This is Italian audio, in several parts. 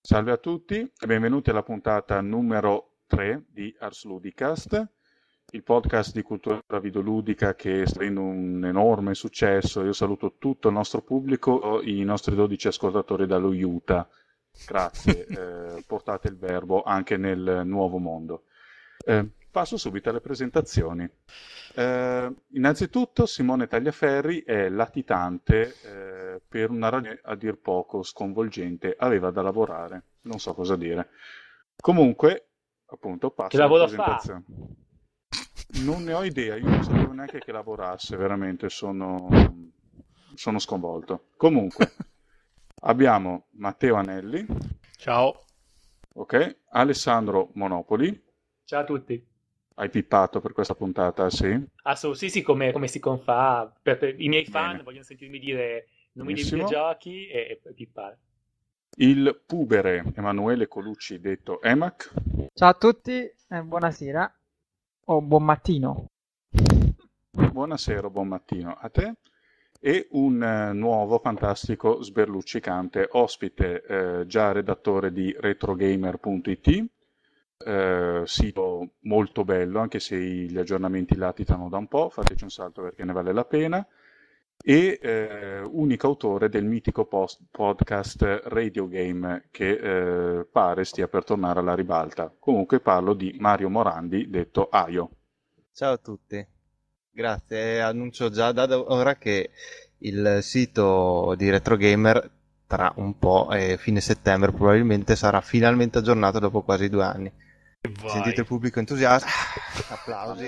Salve a tutti e benvenuti alla puntata numero 3 di Ars Ludicast, il podcast di cultura videoludica che sta avendo un enorme successo. Io saluto tutto il nostro pubblico, i nostri 12 ascoltatori dallo Utah. Grazie, portate il verbo anche nel nuovo mondo. Passo subito alle presentazioni. Innanzitutto Simone Tagliaferri è latitante, per una ragione a dir poco sconvolgente, aveva da lavorare, non so cosa dire. Comunque, appunto, Che passo alle lavoro fa? presentazioni. Non ne ho idea, io non sapevo neanche che lavorasse, veramente sono sconvolto. Comunque, abbiamo Matteo Anelli, Ciao. ok, Alessandro Monopoli. Ciao a tutti. Hai pippato per questa puntata, sì? Sì, come si confà. Per i miei fan Bene, vogliono sentirmi dire nomi dei benissimo. videogiochi e pippare. Il pubere Emanuele Colucci, detto Emac. Ciao a tutti e buonasera o buon mattino. Buonasera, buon mattino a te. E un nuovo, fantastico, sberluccicante ospite, già redattore di retrogamer.it, sito molto bello, anche se gli aggiornamenti latitano da un po', fateci un salto perché ne vale la pena. E unico autore del mitico podcast Radio Game che pare stia per tornare alla ribalta. Comunque parlo di Mario Morandi, detto Aio. Ciao a tutti, grazie. Annuncio già da ora che il sito di Retro Gamer tra un po' e fine settembre probabilmente sarà finalmente aggiornato dopo quasi 2 anni. Vai. Sentite il pubblico entusiasta? Applausi.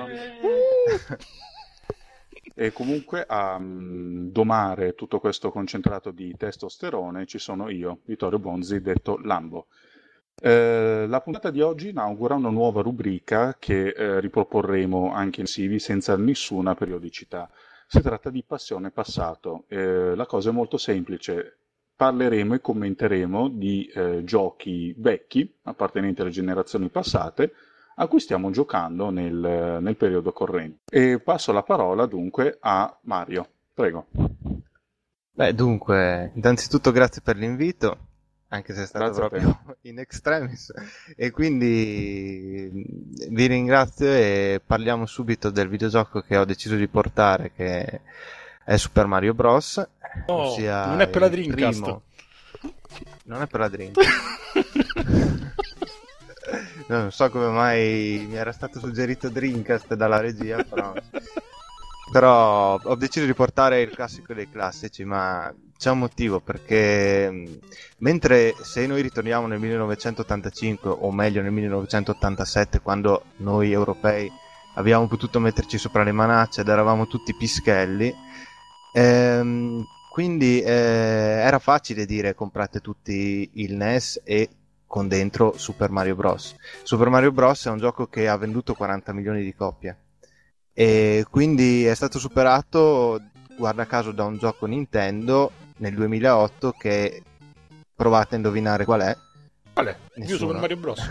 E comunque a domare tutto questo concentrato di testosterone ci sono io, Vittorio Bonzi, detto Lambo. La puntata di oggi inaugura una nuova rubrica che riproporremo anche in Sivi senza nessuna periodicità. Si tratta di Passione Passato. La cosa è molto semplice. Parleremo e commenteremo di giochi vecchi, appartenenti alle generazioni passate, a cui stiamo giocando nel periodo corrente. E passo la parola dunque a Mario. Prego. Beh, dunque, innanzitutto grazie per l'invito, anche se è stato Grazie a te. proprio in extremis, e quindi vi ringrazio e parliamo subito del videogioco che ho deciso di portare, che è Super Mario Bros. No, Ossia non è per la il Dreamcast. primo. Non è per la Dreamcast. No, non so come mai mi era stato suggerito Dreamcast dalla regia, però ho deciso di portare il classico dei classici, ma c'è un motivo, perché mentre se noi ritorniamo nel 1985, o meglio nel 1987, quando noi europei abbiamo potuto metterci sopra le manacce ed eravamo tutti pischelli, quindi era facile dire comprate tutti il NES e con dentro Super Mario Bros. Super Mario Bros. È un gioco che ha venduto 40 milioni di copie e quindi è stato superato, guarda caso, da un gioco Nintendo nel 2008 che provate a indovinare qual è. Qual è? Io Nessuno. Super Mario Bros.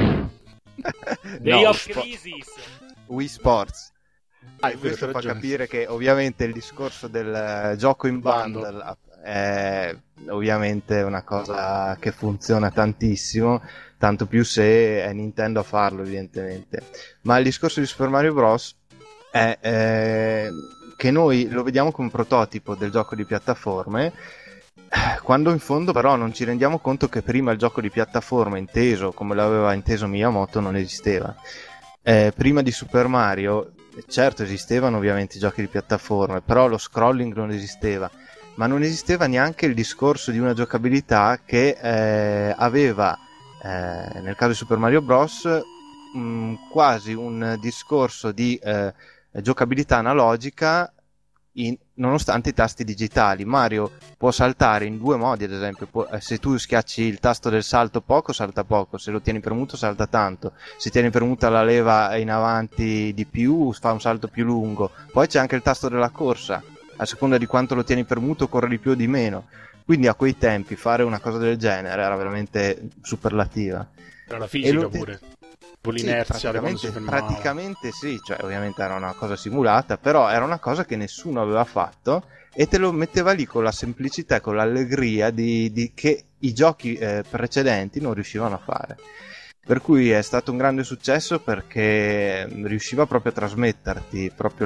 Day No, of Crisis! Wii Sports. Ah, è E vero, questo c'ha fa ragione. capire che ovviamente il discorso del gioco in Bundle. bundle è ovviamente una cosa che funziona tantissimo, tanto più se è Nintendo a farlo evidentemente. Ma il discorso di Super Mario Bros. È che noi lo vediamo come un prototipo del gioco di piattaforme, quando in fondo però non ci rendiamo conto che prima il gioco di piattaforma inteso come l'aveva inteso Miyamoto non esisteva. Prima di Super Mario, certo esistevano ovviamente i giochi di piattaforme, però lo scrolling non esisteva, ma non esisteva neanche il discorso di una giocabilità che aveva, nel caso di Super Mario Bros., quasi un discorso di giocabilità analogica nonostante i tasti digitali. Mario può saltare in 2 modi, ad esempio se tu schiacci il tasto del salto poco, salta poco, se lo tieni premuto salta tanto, se tieni premuta la leva in avanti di più fa un salto più lungo. Poi c'è anche il tasto della corsa, a seconda di quanto lo tieni premuto corre di più o di meno, quindi a quei tempi fare una cosa del genere era veramente superlativa. Era la fisica pure. Con Sì, l'inerzia, quando si fermava. praticamente sì, cioè ovviamente era una cosa simulata, però era una cosa che nessuno aveva fatto e te lo metteva lì con la semplicità e con l'allegria che i giochi precedenti non riuscivano a fare. Per cui è stato un grande successo perché riusciva proprio a trasmetterti proprio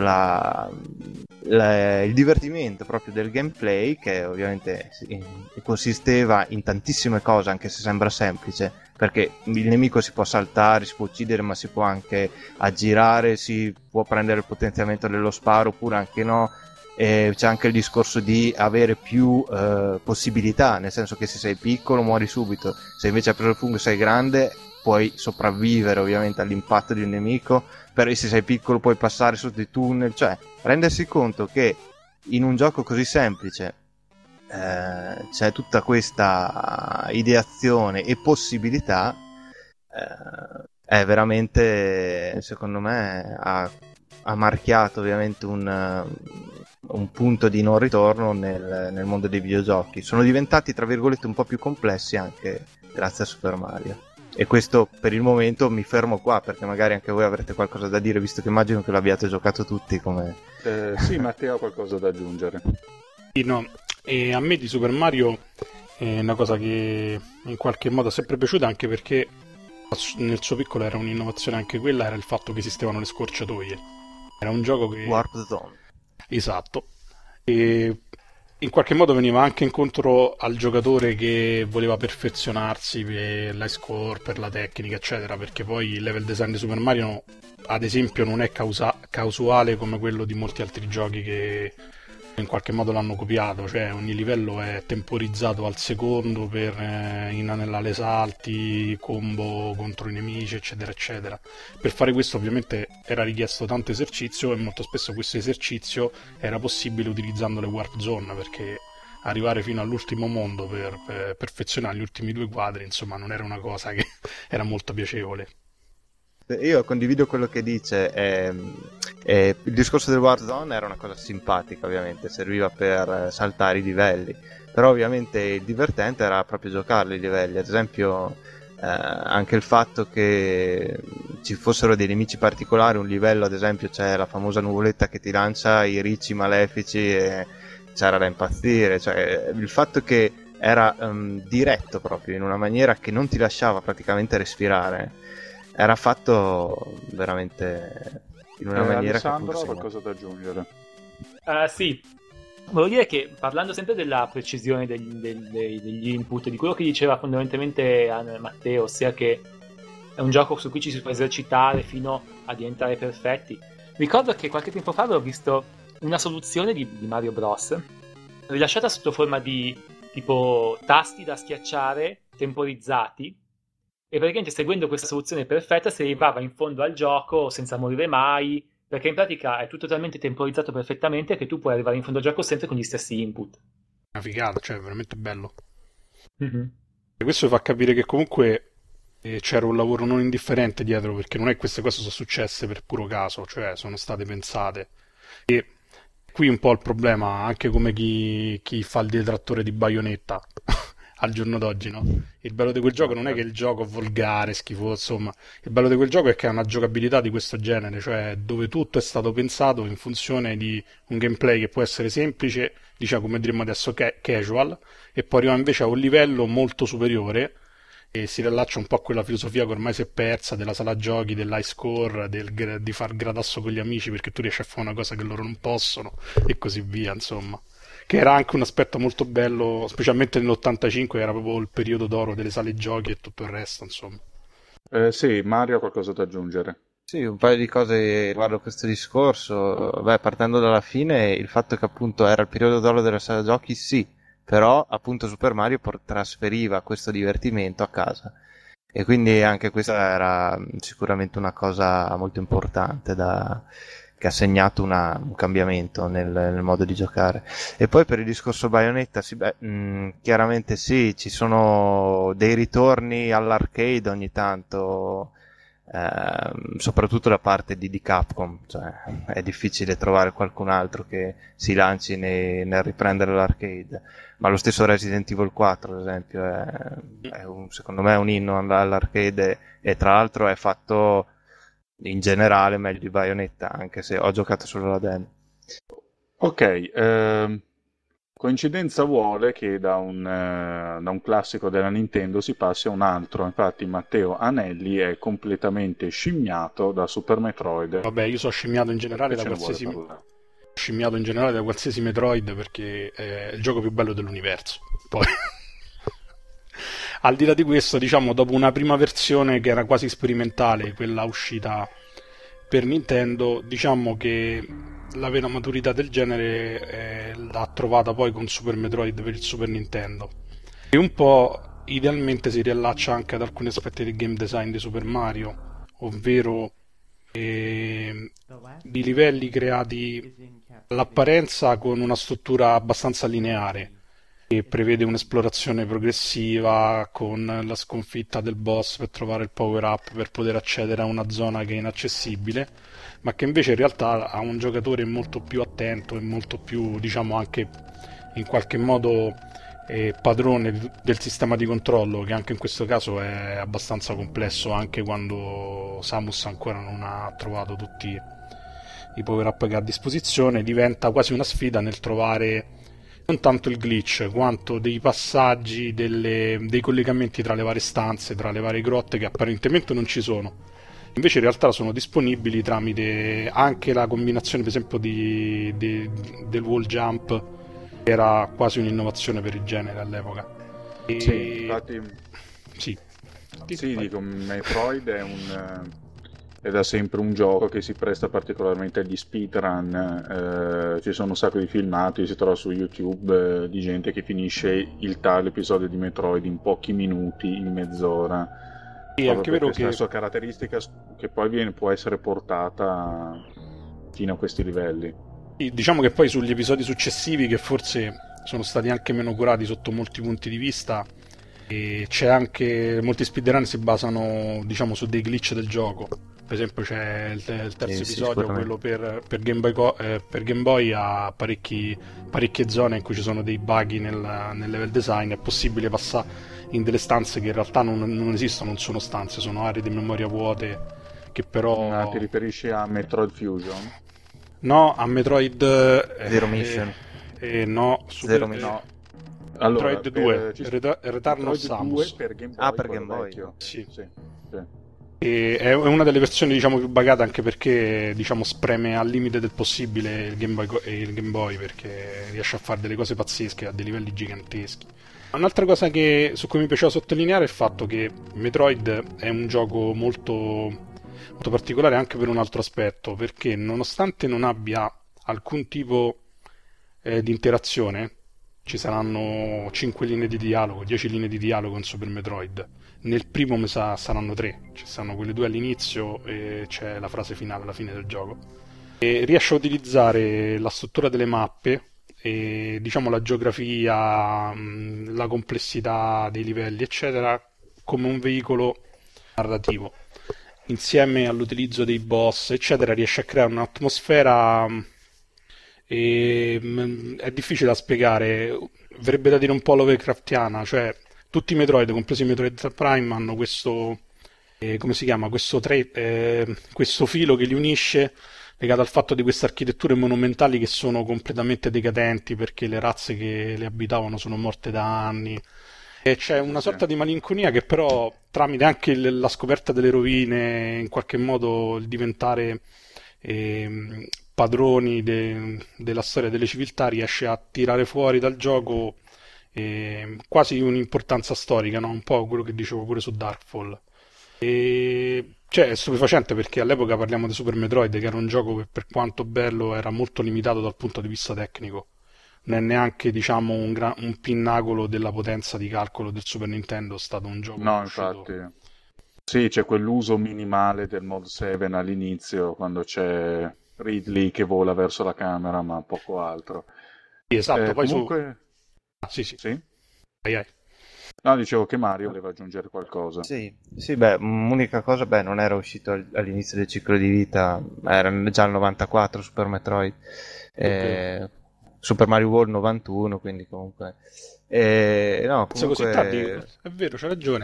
il divertimento proprio del gameplay, che ovviamente consisteva in tantissime cose, anche se sembra semplice, perché il nemico si può saltare, si può uccidere, ma si può anche aggirare, si può prendere il potenziamento dello sparo oppure anche no. E c'è anche il discorso di avere più possibilità, nel senso che se sei piccolo muori subito, se invece hai preso il fungo e sei grande puoi sopravvivere ovviamente all'impatto di un nemico, però se sei piccolo puoi passare sotto i tunnel, cioè rendersi conto che in un gioco così semplice c'è tutta questa ideazione e possibilità, è veramente, secondo me, ha marchiato ovviamente un punto di non ritorno nel mondo dei videogiochi. Sono diventati, tra virgolette, un po' più complessi anche grazie a Super Mario. E questo per il momento mi fermo qua, perché magari anche voi avrete qualcosa da dire, visto che immagino che l'abbiate giocato tutti come... Sì, Matteo ha qualcosa da aggiungere. Sì, no. E a me di Super Mario è una cosa che in qualche modo è sempre piaciuta, anche perché nel suo piccolo era un'innovazione anche quella, era il fatto che esistevano le scorciatoie. Era un gioco che... Warp Zone. Esatto. E in qualche modo veniva anche incontro al giocatore che voleva perfezionarsi per l'high score, per la tecnica, eccetera, perché poi il level design di Super Mario, ad esempio, non è casuale come quello di molti altri giochi che in qualche modo l'hanno copiato, cioè ogni livello è temporizzato al secondo per inanellare salti, combo contro i nemici, eccetera eccetera. Per fare questo ovviamente era richiesto tanto esercizio, e molto spesso questo esercizio era possibile utilizzando le warp zone, perché arrivare fino all'ultimo mondo per perfezionare gli ultimi 2 quadri, insomma, non era una cosa che era molto piacevole. Io condivido quello che dice, il discorso del Warzone era una cosa simpatica, ovviamente serviva per saltare i livelli, però ovviamente il divertente era proprio giocare i livelli, ad esempio anche il fatto che ci fossero dei nemici particolari, un livello ad esempio c'è la famosa nuvoletta che ti lancia i ricci malefici e c'era da impazzire, cioè il fatto che era diretto proprio in una maniera che non ti lasciava praticamente respirare. Era fatto veramente in una maniera Alessandro, che ha qualcosa da aggiungere? Sì, volevo dire che parlando sempre della precisione degli input, di quello che diceva fondamentalmente Matteo, ossia che è un gioco su cui ci si può esercitare fino a diventare perfetti, ricordo che qualche tempo fa avevo visto una soluzione di Mario Bros. Rilasciata sotto forma di tipo tasti da schiacciare temporizzati, e praticamente seguendo questa soluzione perfetta si arrivava in fondo al gioco senza morire mai, perché in pratica è tutto talmente temporizzato perfettamente che tu puoi arrivare in fondo al gioco sempre con gli stessi input. Una figata, cioè veramente bello. Mm-hmm. E questo fa capire che comunque c'era un lavoro non indifferente dietro, perché non è che queste cose sono successe per puro caso, cioè sono state pensate. E qui un po' il problema, anche come chi fa il detrattore di Bayonetta al giorno d'oggi, no? Il bello di quel gioco non è che il gioco è volgare, schifoso, insomma. Il bello di quel gioco è che ha una giocabilità di questo genere, cioè dove tutto è stato pensato in funzione di un gameplay che può essere semplice, diciamo come diremmo adesso casual, e poi arriva invece a un livello molto superiore e si riallaccia un po' a quella filosofia che ormai si è persa della sala giochi, dell'high score, di far gradasso con gli amici perché tu riesci a fare una cosa che loro non possono e così via, insomma. Che era anche un aspetto molto bello, specialmente nell'85, era proprio il periodo d'oro delle sale giochi e tutto il resto, insomma. Sì, Mario ha qualcosa da aggiungere. Sì, un paio di cose riguardo questo discorso. Beh, partendo dalla fine, il fatto che appunto era il periodo d'oro della sala giochi, sì, però appunto Super Mario trasferiva questo divertimento a casa. E quindi anche questa era sicuramente una cosa molto importante che ha segnato un cambiamento nel modo di giocare. E poi per il discorso Bayonetta, sì, chiaramente sì, ci sono dei ritorni all'arcade ogni tanto, soprattutto da parte di Capcom, cioè è difficile trovare qualcun altro che si lanci nel riprendere l'arcade, ma lo stesso Resident Evil 4 ad esempio secondo me è un inno all'arcade, e tra l'altro è fatto in generale meglio di Bayonetta, anche se ho giocato solo la demo. Ok, Coincidenza vuole che da un classico della Nintendo si passi a un altro. Infatti Matteo Anelli è completamente scimmiato da Super Metroid. Vabbè, io sono scimmiato in generale Che da ce ne vuole qualsiasi parlare? scimmiato in generale da qualsiasi Metroid perché è il gioco più bello dell'universo. Poi al di là di questo, diciamo, dopo una prima versione che era quasi sperimentale, quella uscita per Nintendo, diciamo che la vera maturità del genere l'ha trovata poi con Super Metroid per il Super Nintendo. E un po' idealmente si riallaccia anche ad alcuni aspetti del game design di Super Mario, ovvero di livelli creati all'apparenza con una struttura abbastanza lineare che prevede un'esplorazione progressiva con la sconfitta del boss per trovare il power up per poter accedere a una zona che è inaccessibile, ma che invece in realtà ha un giocatore molto più attento e molto più, diciamo, anche in qualche modo padrone del sistema di controllo, che anche in questo caso è abbastanza complesso, anche quando Samus ancora non ha trovato tutti i power up che ha a disposizione. Diventa quasi una sfida nel trovare non tanto il glitch quanto dei passaggi, dei collegamenti tra le varie stanze, tra le varie grotte che apparentemente non ci sono, invece in realtà sono disponibili tramite anche la combinazione per esempio del wall jump, che era quasi un'innovazione per il genere all'epoca. Sì, infatti Sì. sì, dico, Metroid è da sempre un gioco che si presta particolarmente agli speedrun. Ci sono un sacco di filmati, si trova su YouTube, di gente che finisce il tale episodio di Metroid in pochi minuti, in mezz'ora. È anche vero questa che sua caratteristica che poi può essere portata fino a questi livelli. sì, diciamo che poi sugli episodi successivi, che forse sono stati anche meno curati sotto molti punti di vista, e c'è anche molti speedrun si basano, diciamo, su dei glitch del gioco. Per esempio c'è il terzo episodio, quello per Game Boy, per Game Boy, ha parecchie zone in cui ci sono dei bug nel level design. È possibile passare in delle stanze che in realtà non esistono, non sono stanze, sono aree di memoria vuote che però... Ti riferisci a Metroid Fusion? No, a Metroid Zero Mission. no, Zero Mission. No. Allora, Metroid 2, Return of Metroid 2 Samus. per Game Boy, per quello Game Boy. vecchio. Sì. Sì. E è una delle versioni, diciamo, più bugate, anche perché, diciamo, spreme al limite del possibile il Game Boy, perché riesce a fare delle cose pazzesche a dei livelli giganteschi. Un'altra cosa su cui mi piaceva sottolineare è il fatto che Metroid è un gioco molto, molto particolare anche per un altro aspetto, perché nonostante non abbia alcun tipo di interazione, ci saranno 5 linee di dialogo, 10 linee di dialogo in Super Metroid. Nel primo mi sa saranno 3, ci saranno quelle 2 all'inizio e c'è la frase finale alla fine del gioco. E riesce a utilizzare la struttura delle mappe e, diciamo, la geografia, la complessità dei livelli, eccetera, come un veicolo narrativo. Insieme all'utilizzo dei boss, eccetera, riesce a creare un'atmosfera è difficile da spiegare, verrebbe da dire un po' Lovecraftiana, cioè tutti i Metroid, compresi i Metroid Prime, hanno questo come si chiama? Questo filo che li unisce, legato al fatto di queste architetture monumentali che sono completamente decadenti perché le razze che le abitavano sono morte da anni. E c'è una sorta di malinconia che però, tramite anche la scoperta delle rovine, in qualche modo il diventare padroni della storia delle civiltà, riesce a tirare fuori dal gioco quasi un'importanza storica, no? Un po' quello che dicevo pure su Darkfall. Cioè, è stupefacente perché all'epoca parliamo di Super Metroid, che era un gioco che, per quanto bello, era molto limitato dal punto di vista tecnico. Non è neanche, diciamo, un pinnacolo della potenza di calcolo del Super Nintendo. È stato un gioco No, uscito... infatti. Sì, c'è quell'uso minimale del Mod 7 all'inizio, quando c'è Ridley che vola verso la camera, ma poco altro. Sì, esatto, poi comunque... Sì. Sì? Vai. No, dicevo che Mario voleva aggiungere qualcosa. Sì, beh, unica cosa, beh, non era uscito all'inizio del ciclo di vita, era già il 94 Super Metroid, Okay. Super Mario World 91, quindi comunque... no, Se così comunque... tardi, è vero, c'è ragione.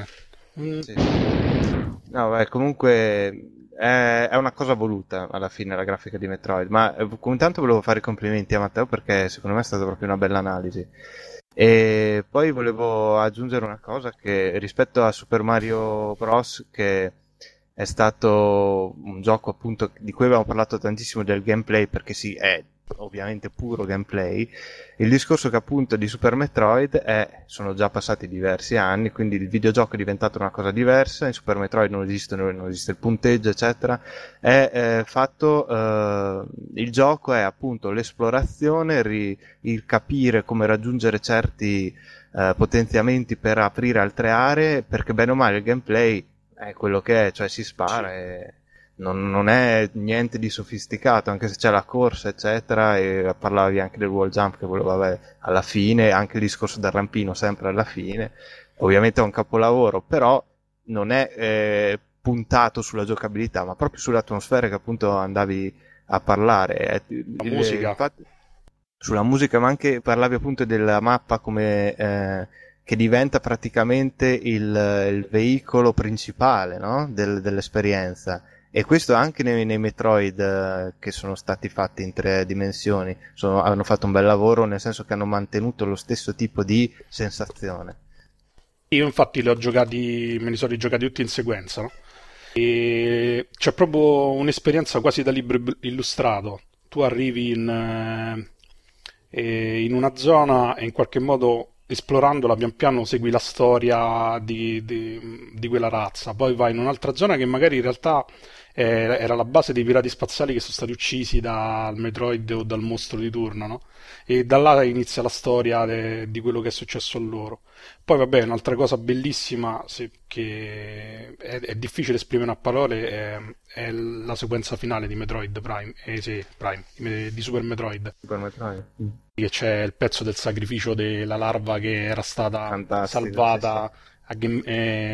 Sì. No, beh, comunque è una cosa voluta alla fine la grafica di Metroid, ma intanto volevo fare i complimenti a Matteo perché secondo me è stata proprio una bella analisi. E poi volevo aggiungere una cosa che rispetto a Super Mario Bros. Che è stato un gioco appunto di cui abbiamo parlato tantissimo del gameplay perché sì, è ovviamente puro gameplay. Il discorso che appunto di Super Metroid è sono già passati diversi anni, quindi il videogioco è diventato una cosa diversa. In Super Metroid non esiste il punteggio eccetera, è fatto il gioco è appunto l'esplorazione, il capire come raggiungere certi potenziamenti per aprire altre aree, perché bene o male il gameplay è quello che è, cioè si spara e non è niente di sofisticato, anche se c'è la corsa eccetera, e parlavi anche del wall jump che quello vabbè alla fine, anche il discorso del rampino sempre alla fine, ovviamente è un capolavoro, però non è puntato sulla giocabilità ma proprio sull'atmosfera che appunto andavi a parlare. La musica. Infatti, sulla musica, ma anche parlavi appunto della mappa come che diventa praticamente il veicolo principale, no? Dell'esperienza. E questo anche nei Metroid che sono stati fatti in 3 dimensioni. Hanno fatto un bel lavoro, nel senso che hanno mantenuto lo stesso tipo di sensazione. Io infatti me li sono rigiocati tutti in sequenza, no? E c'è proprio un'esperienza quasi da libro illustrato. Tu arrivi in una zona e in qualche modo esplorandola pian piano segui la storia di quella razza, poi vai in un'altra zona che magari in realtà era la base dei pirati spaziali che sono stati uccisi dal Metroid o dal mostro di turno, no? E da là inizia la storia di quello che è successo a loro. Poi vabbè, un'altra cosa bellissima che è difficile esprimere a parole è la sequenza finale di Metroid Prime, sì, Prime, di Super Metroid. Super Metroid. Che c'è il pezzo del sacrificio della larva che era stata Fantastico, salvata sì.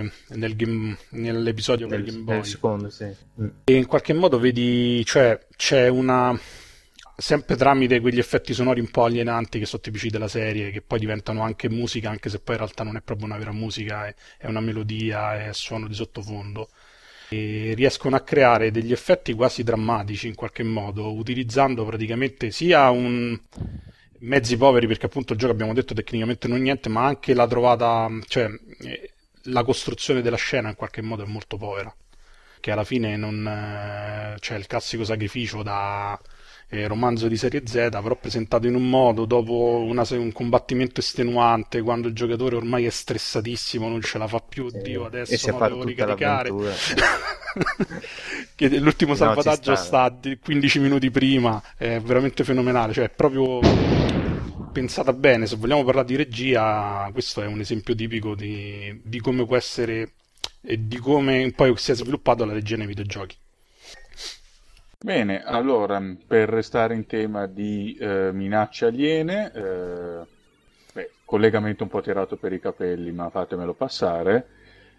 nell'episodio per Game Boy. Nel secondo, sì. E in qualche modo vedi, cioè c'è una sempre tramite quegli effetti sonori un po' alienanti che sono tipici della serie, che poi diventano anche musica, anche se poi in realtà non è proprio una vera musica, è una melodia, è suono di sottofondo. E riescono a creare degli effetti quasi drammatici in qualche modo, utilizzando praticamente sia mezzi poveri, perché appunto il gioco abbiamo detto tecnicamente non niente, ma anche la trovata, cioè la costruzione della scena in qualche modo è molto povera, che alla fine non c'è il classico sacrificio da romanzo di serie Z, però presentato in un modo dopo un combattimento estenuante, quando il giocatore ormai è stressatissimo, non ce la fa più, Sì. Dio, E adesso si è no, fatto devo tutta ricaricare. l'avventura. Che l'ultimo No, salvataggio ci sta. sta 15 minuti prima, è veramente fenomenale, cioè è proprio pensata bene. Se vogliamo parlare di regia, questo è un esempio tipico di come può essere e di come poi si è sviluppato la regia nei videogiochi. Bene, allora, per restare in tema di minacce aliene, collegamento un po' tirato per i capelli, ma fatemelo passare.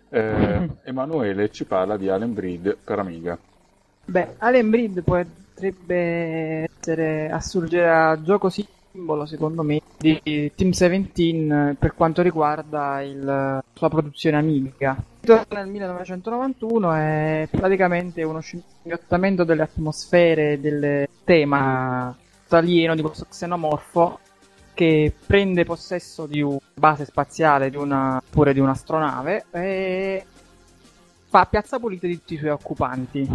Emanuele ci parla di Alien Breed per Amiga. Beh, Alien Breed potrebbe essere assurgere a gioco simbolo, secondo me, di Team 17 per quanto riguarda la sua produzione Amiga. Nel 1991 è praticamente uno scimmiottamento delle atmosfere, del tema alieno di questo xenomorfo che prende possesso di una base spaziale oppure di un'astronave e fa piazza pulita di tutti i suoi occupanti.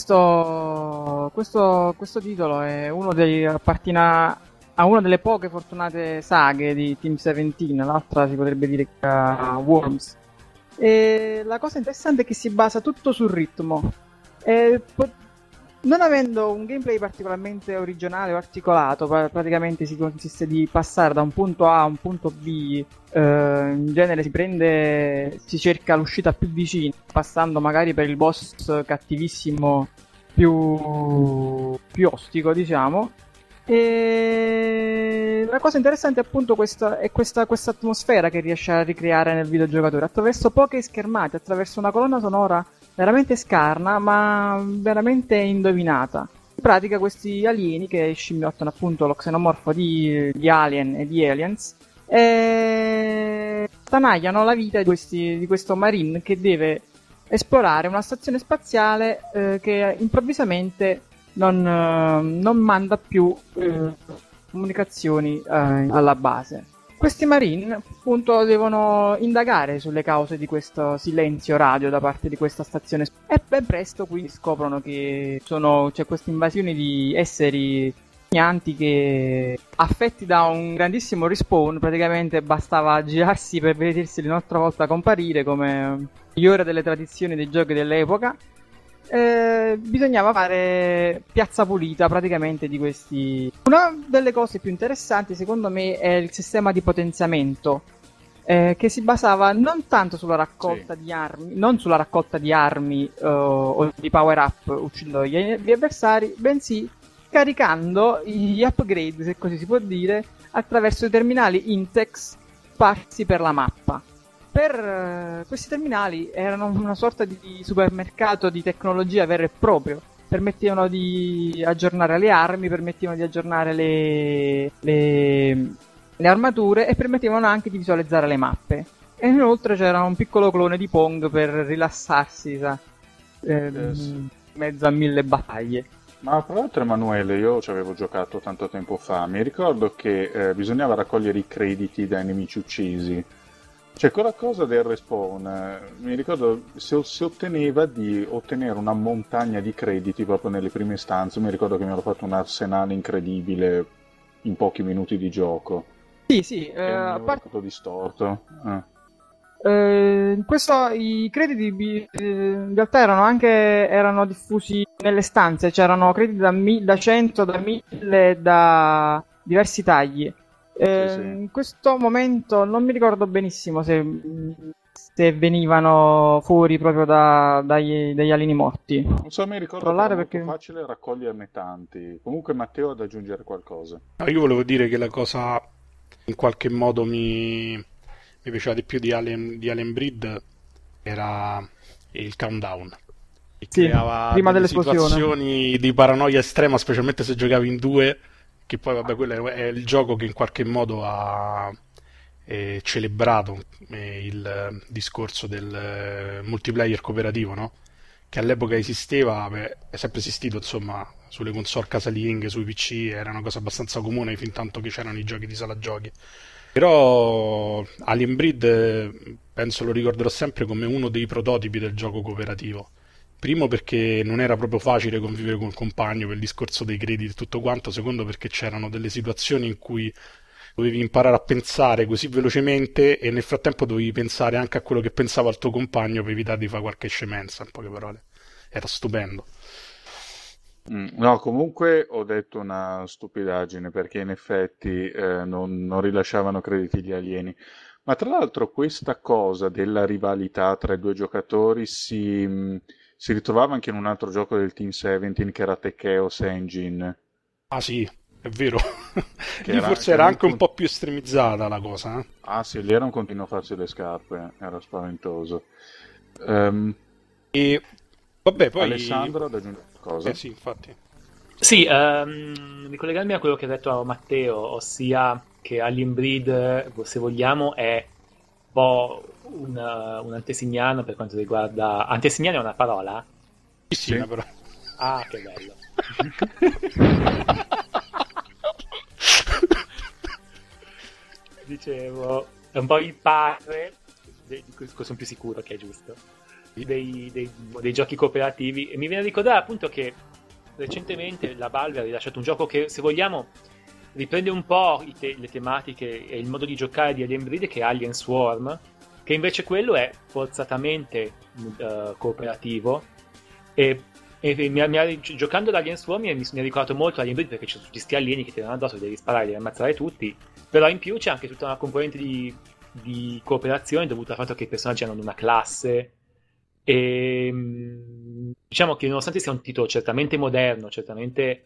Questo titolo è appartiene a una delle poche fortunate saghe di Team 17, l'altra si potrebbe dire che è Worms. E la cosa interessante è che si basa tutto sul ritmo. Non avendo un gameplay particolarmente originale o articolato, praticamente si consiste di passare da un punto A a un punto B, in genere si cerca l'uscita più vicina, passando magari per il boss cattivissimo più ostico, diciamo. E la cosa interessante appunto è questa atmosfera che riesce a ricreare nel videogiocatore attraverso poche schermate, attraverso una colonna sonora veramente scarna ma veramente indovinata. In pratica questi alieni che scimmiottano appunto lo xenomorfo di Alien e di Aliens attanagliano la vita di questo Marine che deve esplorare una stazione spaziale che improvvisamente non manda più comunicazioni alla base. Questi Marine appunto devono indagare sulle cause di questo silenzio radio da parte di questa stazione e ben presto qui scoprono che c'è questa invasione di esseri regnanti che, affetti da un grandissimo respawn, praticamente bastava girarsi per vederseli un'altra volta comparire come migliore delle tradizioni dei giochi dell'epoca. Bisognava fare piazza pulita praticamente di questi. Una delle cose più interessanti secondo me è il sistema di potenziamento, che si basava non tanto sulla raccolta di armi, non sulla raccolta di armi o di power up uccidendo gli avversari, bensì caricando gli upgrade, se così si può dire, attraverso i terminali Intex sparsi per la mappa. Questi terminali erano una sorta di supermercato di tecnologia vero e proprio, permettevano di aggiornare le armi, permettevano di aggiornare le armature e permettevano anche di visualizzare le mappe. E inoltre c'era un piccolo clone di Pong per rilassarsi in mezzo a 1000 battaglie. Ma tra l'altro, Emanuele, io ci avevo giocato tanto tempo fa, mi ricordo che bisognava raccogliere i crediti dai nemici uccisi. C'è quella cosa del respawn, mi ricordo si otteneva di ottenere una montagna di crediti proprio nelle prime stanze. Mi ricordo che mi ero fatto un arsenale incredibile in pochi minuti di gioco. Sì, a parte distorto. I crediti in realtà erano diffusi nelle stanze, c'erano crediti da 100, da 1000, da diversi tagli. Sì. In questo momento non mi ricordo benissimo se venivano fuori proprio dagli alieni morti. Non so, mi ricordo che era molto facile raccoglierne tanti. Comunque Matteo ha da aggiungere qualcosa. No, io volevo dire che la cosa in qualche modo mi piaceva di più di Alien Breed era il countdown. Che creava prima delle dell'esplosione. Situazioni di paranoia estrema, specialmente se giocavi in due. Che poi, vabbè, quello è il gioco che in qualche modo ha celebrato il discorso del multiplayer cooperativo, no? Che all'epoca esisteva, è sempre esistito, insomma, sulle console casalinghe, sui PC, era una cosa abbastanza comune fin tanto che c'erano i giochi di sala giochi. Però Alien Breed penso lo ricorderò sempre come uno dei prototipi del gioco cooperativo. Primo perché non era proprio facile convivere con il compagno per il discorso dei crediti e tutto quanto. Secondo perché c'erano delle situazioni in cui dovevi imparare a pensare così velocemente e nel frattempo dovevi pensare anche a quello che pensava il tuo compagno per evitare di fare qualche scemenza, in poche parole. Era stupendo. No, comunque ho detto una stupidaggine perché in effetti non rilasciavano crediti gli alieni. Ma tra l'altro questa cosa della rivalità tra i due giocatori si ritrovava anche in un altro gioco del Team 17 che era The Chaos Engine. Ah sì, è vero. Lì forse era anche un po' più estremizzata la cosa. Ah sì, lì era un continuo farsi le scarpe, era spaventoso. E vabbè, poi Alessandro ad aggiungere qualcosa? Sì, infatti. Sì, ricollegarmi a quello che ha detto Matteo, ossia che Alien Breed, se vogliamo, è un po' un antesignano per quanto riguarda... Antesignano è una parola? Sì, una parola. Ah, che bello. Dicevo, è un po' il padre, di questo sono più sicuro che è giusto, dei giochi cooperativi, e mi viene a ricordare appunto che recentemente la Valve ha rilasciato un gioco che, se vogliamo, riprende un po' le tematiche e il modo di giocare di Alien Breed, che è Alien Swarm, che invece quello è forzatamente cooperativo e giocando ad Alien Swarm mi ha ricordato molto Alien Breed, perché ci sono tutti questi alieni che ti danno addosso, devi sparare, devi ammazzare tutti, però in più c'è anche tutta una componente di cooperazione dovuta al fatto che i personaggi hanno una classe e diciamo che nonostante sia un titolo certamente moderno, certamente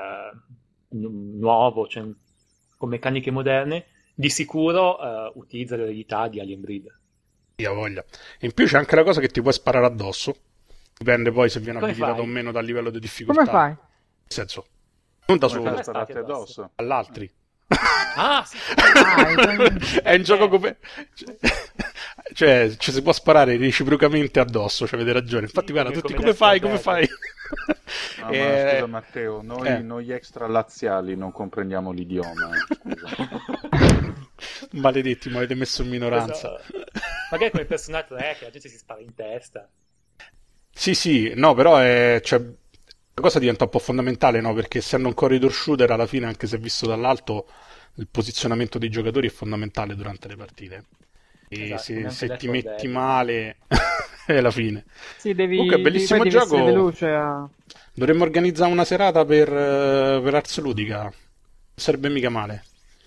nuovo, cioè, con meccaniche moderne, di sicuro utilizza l'eredità di Alien Breed. Io voglia. E in più c'è anche la cosa che ti puoi sparare addosso. Dipende poi se viene Come abilitato fai? o meno dal livello di difficoltà. Come fai? Nel senso, non da Come solo, fai a spararti addosso? all'altri. Ah, sì. È un gioco come... Cioè, ci si può sparare reciprocamente addosso, cioè avete ragione. Infatti, Sì, guarda, come- tutti come come Left 4 fai? Dead. No, ma Eh, scusa Matteo, noi extra laziali non comprendiamo l'idioma, scusa. Maledetti, mi avete messo in minoranza. Magari come Persona 3 che la gente si spara in testa. Sì, no, però cioè, la cosa diventa un po' fondamentale, no? Perché essendo un corridor shooter, alla fine, anche se visto dall'alto, il posizionamento dei giocatori è fondamentale durante le partite. E Esatto, come anche se Left ti 4 metti Dead. male, è la fine. Sì, Comunque, bellissimo poi devi essere gioco. veloce a... Dovremmo organizzare una serata per Ars Ludica. Non sarebbe mica male.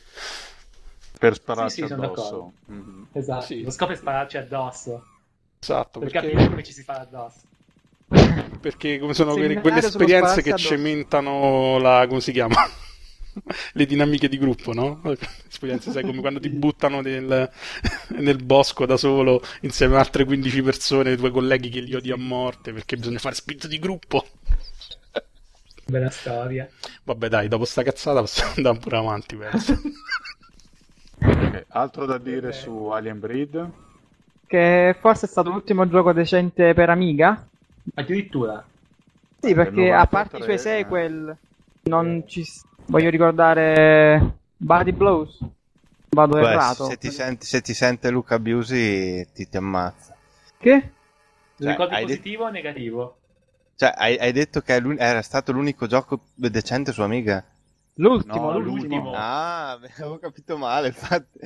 Per Sì, spararci sì, sono addosso. d'accordo. Mhm. Esatto, Sì. lo scopo è spararci addosso. Esatto, Per perché... capire come ci si spara addosso. Perché come sono quelle Seminario sullo esperienze spararsi che addosso. cementano la, come si chiama? Le dinamiche di gruppo, no? Esperienze, sai, come quando ti buttano nel bosco da solo insieme a altre 15 persone, i tuoi colleghi che li odi a morte perché bisogna fare spinta di gruppo. Bella storia. Vabbè, dai, dopo sta cazzata possiamo andare pure avanti, penso. Ok, altro da dire su Alien Breed? Che forse è stato l'ultimo gioco decente per Amiga. Addirittura. Sì, Del perché a parte i 93, suoi sequel, non ci... Voglio ricordare Body Blows. Vado Beh, errato. se ti sente Luca Biusi ti ammazza. Che? Cioè, Ricordi hai positivo o negativo? Cioè, hai detto che era stato l'unico gioco decente su Amiga? L'ultimo, No, l'ultimo. Ah, avevo capito male, infatti.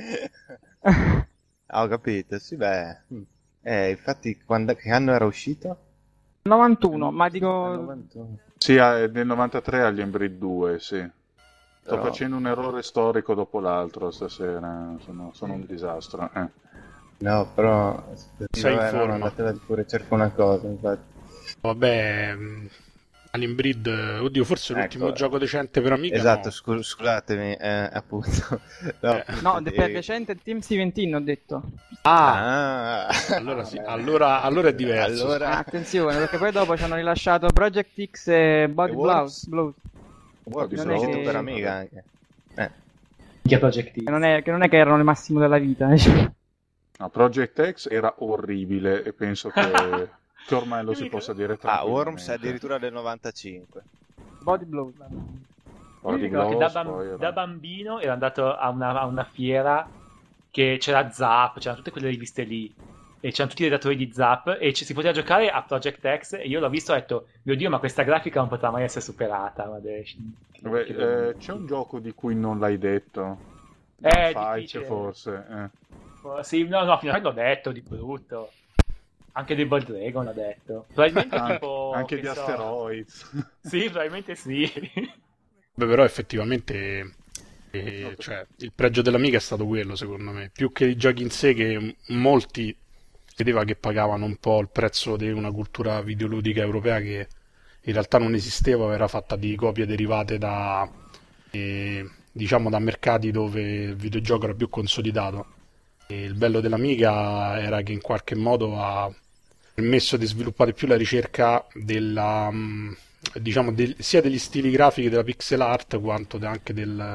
Ho capito, sì, beh. Infatti, che anno era uscito? 91, ma Nel dico... 91. Sì, nel 93 Alien Breed 2, sì. Sto Però- facendo un errore storico dopo l'altro stasera, sono un disastro. No, però... Sei in vabbè, no, forma. andatela pure, cerco una cosa, infatti. Vabbè, Alien Breed, oddio, forse l'ultimo Ecco, gioco decente per Amiga, esatto, no. scusatemi, appunto. No, Eh. appunto, No, per recente Team 17 ho detto. Ah, Allora sì, allora è diverso. Allora, Attenzione, perché poi dopo ci hanno rilasciato Project X e Body E Blows. Worms? Body non è è uscito che- per Amiga anche. Minchia Project X. Che non è che erano il massimo della vita. Diciamo. No, Project X era orribile e penso che ormai lo si possa dire Worms tranquillamente. è addirittura del 95. Body Blows. Io mi Body ricordo che Blows, da, poi era- da bambino ero andato a una fiera che c'era Zap, c'erano tutte quelle riviste lì e c'erano tutti i redattori di Zap e si poteva giocare a Project X e io l'ho visto e ho detto mio Dio, ma questa grafica non potrà mai essere superata. Vabbè, c'è un gioco di cui non l'hai detto. È Fight, difficile. forse. Sì, no, finalmente l'ho detto di brutto. Anche Double Dragon l'ho detto. Probabilmente tipo Anche che di so. Asteroids. Sì, probabilmente sì. Beh, però effettivamente cioè, il pregio dell'Amiga è stato quello, secondo me. Più che i giochi in sé, che molti vedeva che pagavano un po' il prezzo di una cultura videoludica europea che in realtà non esisteva, era fatta di copie derivate da, diciamo, da mercati dove il videogioco era più consolidato. E il bello dell'Amiga era che in qualche modo ha permesso di sviluppare più la ricerca della, diciamo, sia degli stili grafici della pixel art quanto anche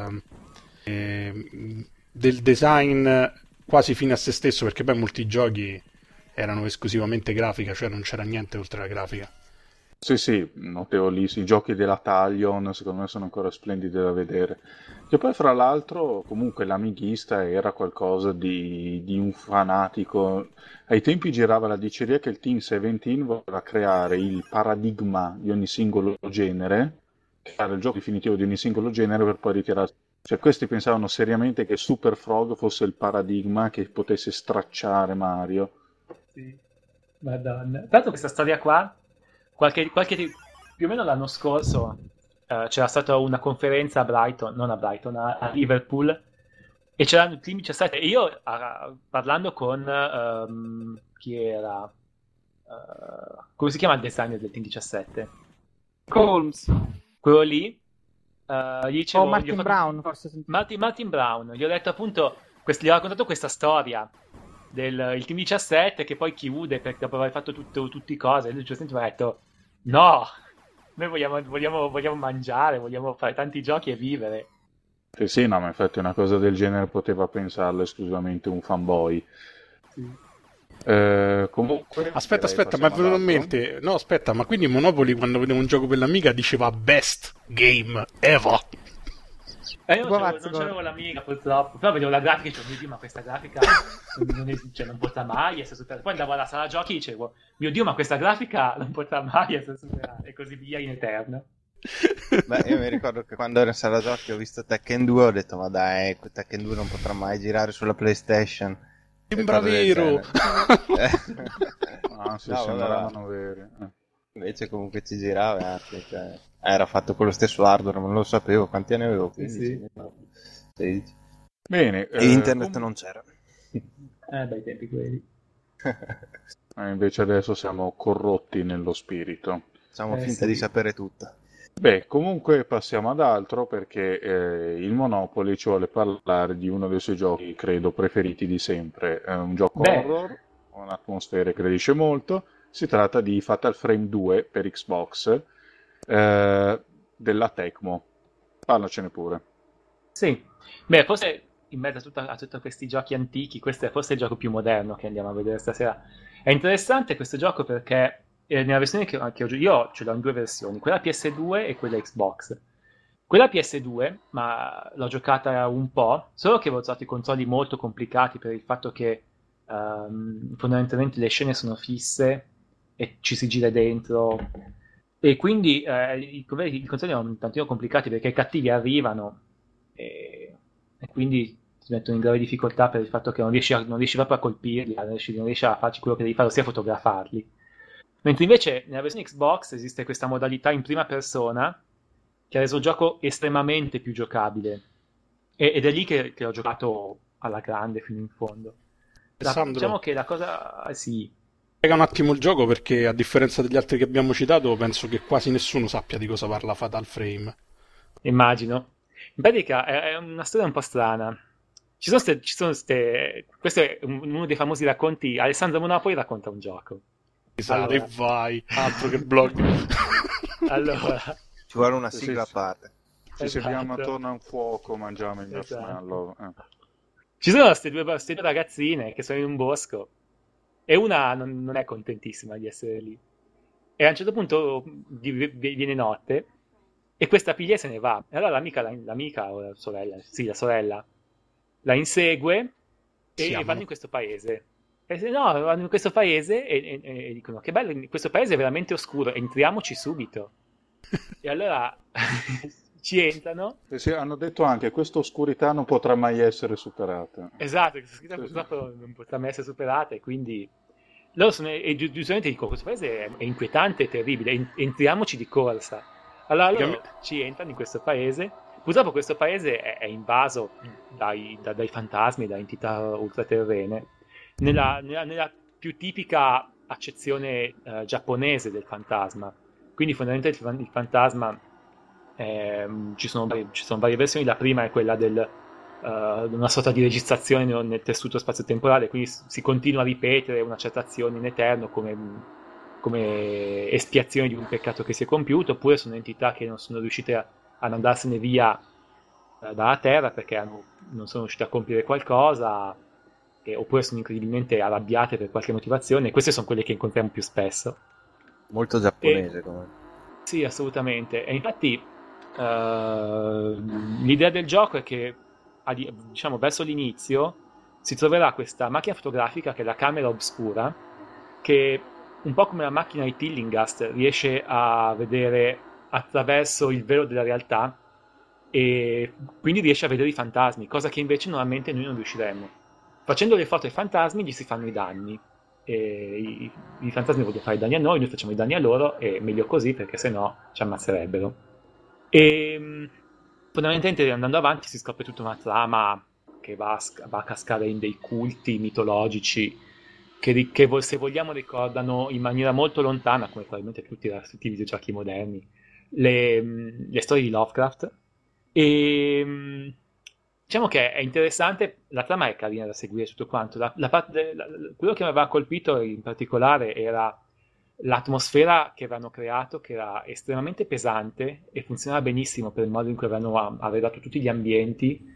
del design quasi fine a se stesso, perché poi molti giochi erano esclusivamente grafica, cioè non c'era niente oltre la grafica. Sì, notevoli. I giochi della Talion, secondo me, sono ancora splendidi da vedere. Che poi, fra l'altro, comunque l'amighista era qualcosa di un fanatico. Ai tempi girava la diceria che il Team 17 voleva creare il paradigma di ogni singolo genere, creare il gioco definitivo di ogni singolo genere per poi ritirarsi. Cioè, questi pensavano seriamente che Super Frog fosse il paradigma che potesse stracciare Mario. Sì. Madonna. Tra l'altro questa storia qua, più o meno l'anno scorso c'era stata una conferenza a Brighton, non a Brighton, a Liverpool, e c'erano il team 17 e io parlando con chi era? Come si chiama il designer del team 17? Colms. Quello lì. Gli dicevo, O gli ho Martin fatto- Brown, forse. Martin Brown, gli ho detto appunto, gli ho raccontato questa storia del il Team 17 che poi chiude perché dopo aver fatto tutte le cose, e lui giustamente mi ha detto no, noi vogliamo mangiare, vogliamo fare tanti giochi e vivere. Sì, sì, no, ma infatti una cosa del genere poteva pensarlo esclusivamente un fanboy. Comunque, Aspetta, direi aspetta, ma è passiamo ad venuto in altro. mente. No, aspetta, ma quindi Monopoly quando vedeva un gioco per l'Amiga diceva best game ever. Io Tipo non Mazzico. c'avevo l'amiga purtroppo, però vedevo la grafica e dicevo, mio Dio, ma questa grafica non potrà mai essere superata. Poi andavo alla sala giochi e dicevo, mio Dio, ma questa grafica non potrà mai essere superata, e così via in eterno. Beh, io mi ricordo che quando ero in sala giochi ho visto Tekken 2, ho detto ma dai, Tekken 2 non potrà mai girare sulla PlayStation e Sembra cose del vero. genere. Ah, sì, No, vabbè, va. sembravano veri. Invece comunque ci girava, anzi, cioè, era fatto con lo stesso hardware, non lo sapevo, quanti anni avevo? 15? 16. Bene, E internet non c'era. Bei tempi quelli. invece adesso siamo corrotti nello spirito. Facciamo finta Sì. di sapere tutto. Beh, comunque passiamo ad altro perché il Monopoly ci vuole parlare di uno dei suoi giochi, credo, preferiti di sempre. È un gioco horror, un'atmosfera che gradisce molto. Si tratta di Fatal Frame 2 per Xbox della Tecmo. Parlacene pure. Sì, beh, forse in mezzo a tutti questi giochi antichi, questo è forse il gioco più moderno che andiamo a vedere stasera. È interessante questo gioco perché nella versione che ho io ce l'ho in due versioni, quella PS2 e quella Xbox. Quella PS2, ma l'ho giocata un po', solo che avevo trovato i controlli molto complicati per il fatto che fondamentalmente le scene sono fisse e ci si gira dentro. E quindi i controlli erano un tantino complicati perché i cattivi arrivano e quindi ti mettono in grave difficoltà per il fatto che non riesci proprio a colpirli, non riesci a farci quello che devi fare, ossia fotografarli. Mentre invece nella versione Xbox esiste questa modalità in prima persona che ha reso il gioco estremamente più giocabile. Ed è lì che ho giocato alla grande fino in fondo. Diciamo Alessandro, che la cosa... Sì, spiega un attimo il gioco perché a differenza degli altri che abbiamo citato penso che quasi nessuno sappia di cosa parla Fatal Frame. immagino. In pratica è una storia un po' strana. Questo è uno dei famosi racconti. Alessandro Monopoli racconta un gioco. Risate, Allora, vai, altro che blog. allora, Ci vuole una Sì, sigla a sì. parte. Ci serviamo esatto. attorno a un fuoco, mangiamo il Esatto. marshmallow. Ci sono queste due ragazzine che sono in un bosco e una non è contentissima di essere lì. E a un certo punto viene notte e questa figlia se ne va. E allora l'amica o la sorella, sì, la sorella, la insegue Si e vanno amano. in questo paese. E no, vanno in questo paese e dicono che bello, questo paese è veramente oscuro, entriamoci subito. E allora ci entrano. Sì, sì, hanno detto anche che questa oscurità non potrà mai essere superata. Esatto, questa scritta Sì, sì. purtroppo non potrà mai essere superata e quindi loro sono, e giustamente dicono questo paese è inquietante e terribile, entriamoci di corsa. Allora loro ci entrano in questo paese, purtroppo questo paese è invaso dai fantasmi, da entità ultraterrene, nella più tipica accezione giapponese del fantasma. Quindi fondamentalmente il fantasma, ci sono varie versioni, la prima è quella una sorta di registrazione nel tessuto spazio-temporale, quindi si continua a ripetere una certa azione in eterno come espiazione di un peccato che si è compiuto, oppure sono entità che non sono riuscite ad andarsene via dalla Terra perché non sono riuscite a compiere qualcosa, oppure sono incredibilmente arrabbiate per qualche motivazione, e queste sono quelle che incontriamo più spesso. Molto E, giapponese come. sì, assolutamente. E infatti l'idea del gioco è che, diciamo, verso l'inizio si troverà questa macchina fotografica che è la camera oscura, che un po' come la macchina di Tillinghast riesce a vedere attraverso il velo della realtà e quindi riesce a vedere i fantasmi, cosa che invece normalmente noi non riusciremmo. Facendo le foto ai fantasmi gli si fanno i danni. E i fantasmi vogliono fare i danni a noi facciamo i danni a loro, e meglio così perché sennò ci ammazzerebbero. E fondamentalmente andando avanti si scopre tutta una trama che va a cascare in dei culti mitologici che se vogliamo ricordano in maniera molto lontana, come probabilmente tutti i videogiochi moderni, le storie di Lovecraft. E diciamo che è interessante, la trama è carina da seguire tutto quanto. Quello che mi aveva colpito in particolare era l'atmosfera che avevano creato, che era estremamente pesante e funzionava benissimo per il modo in cui avevano arredato tutti gli ambienti,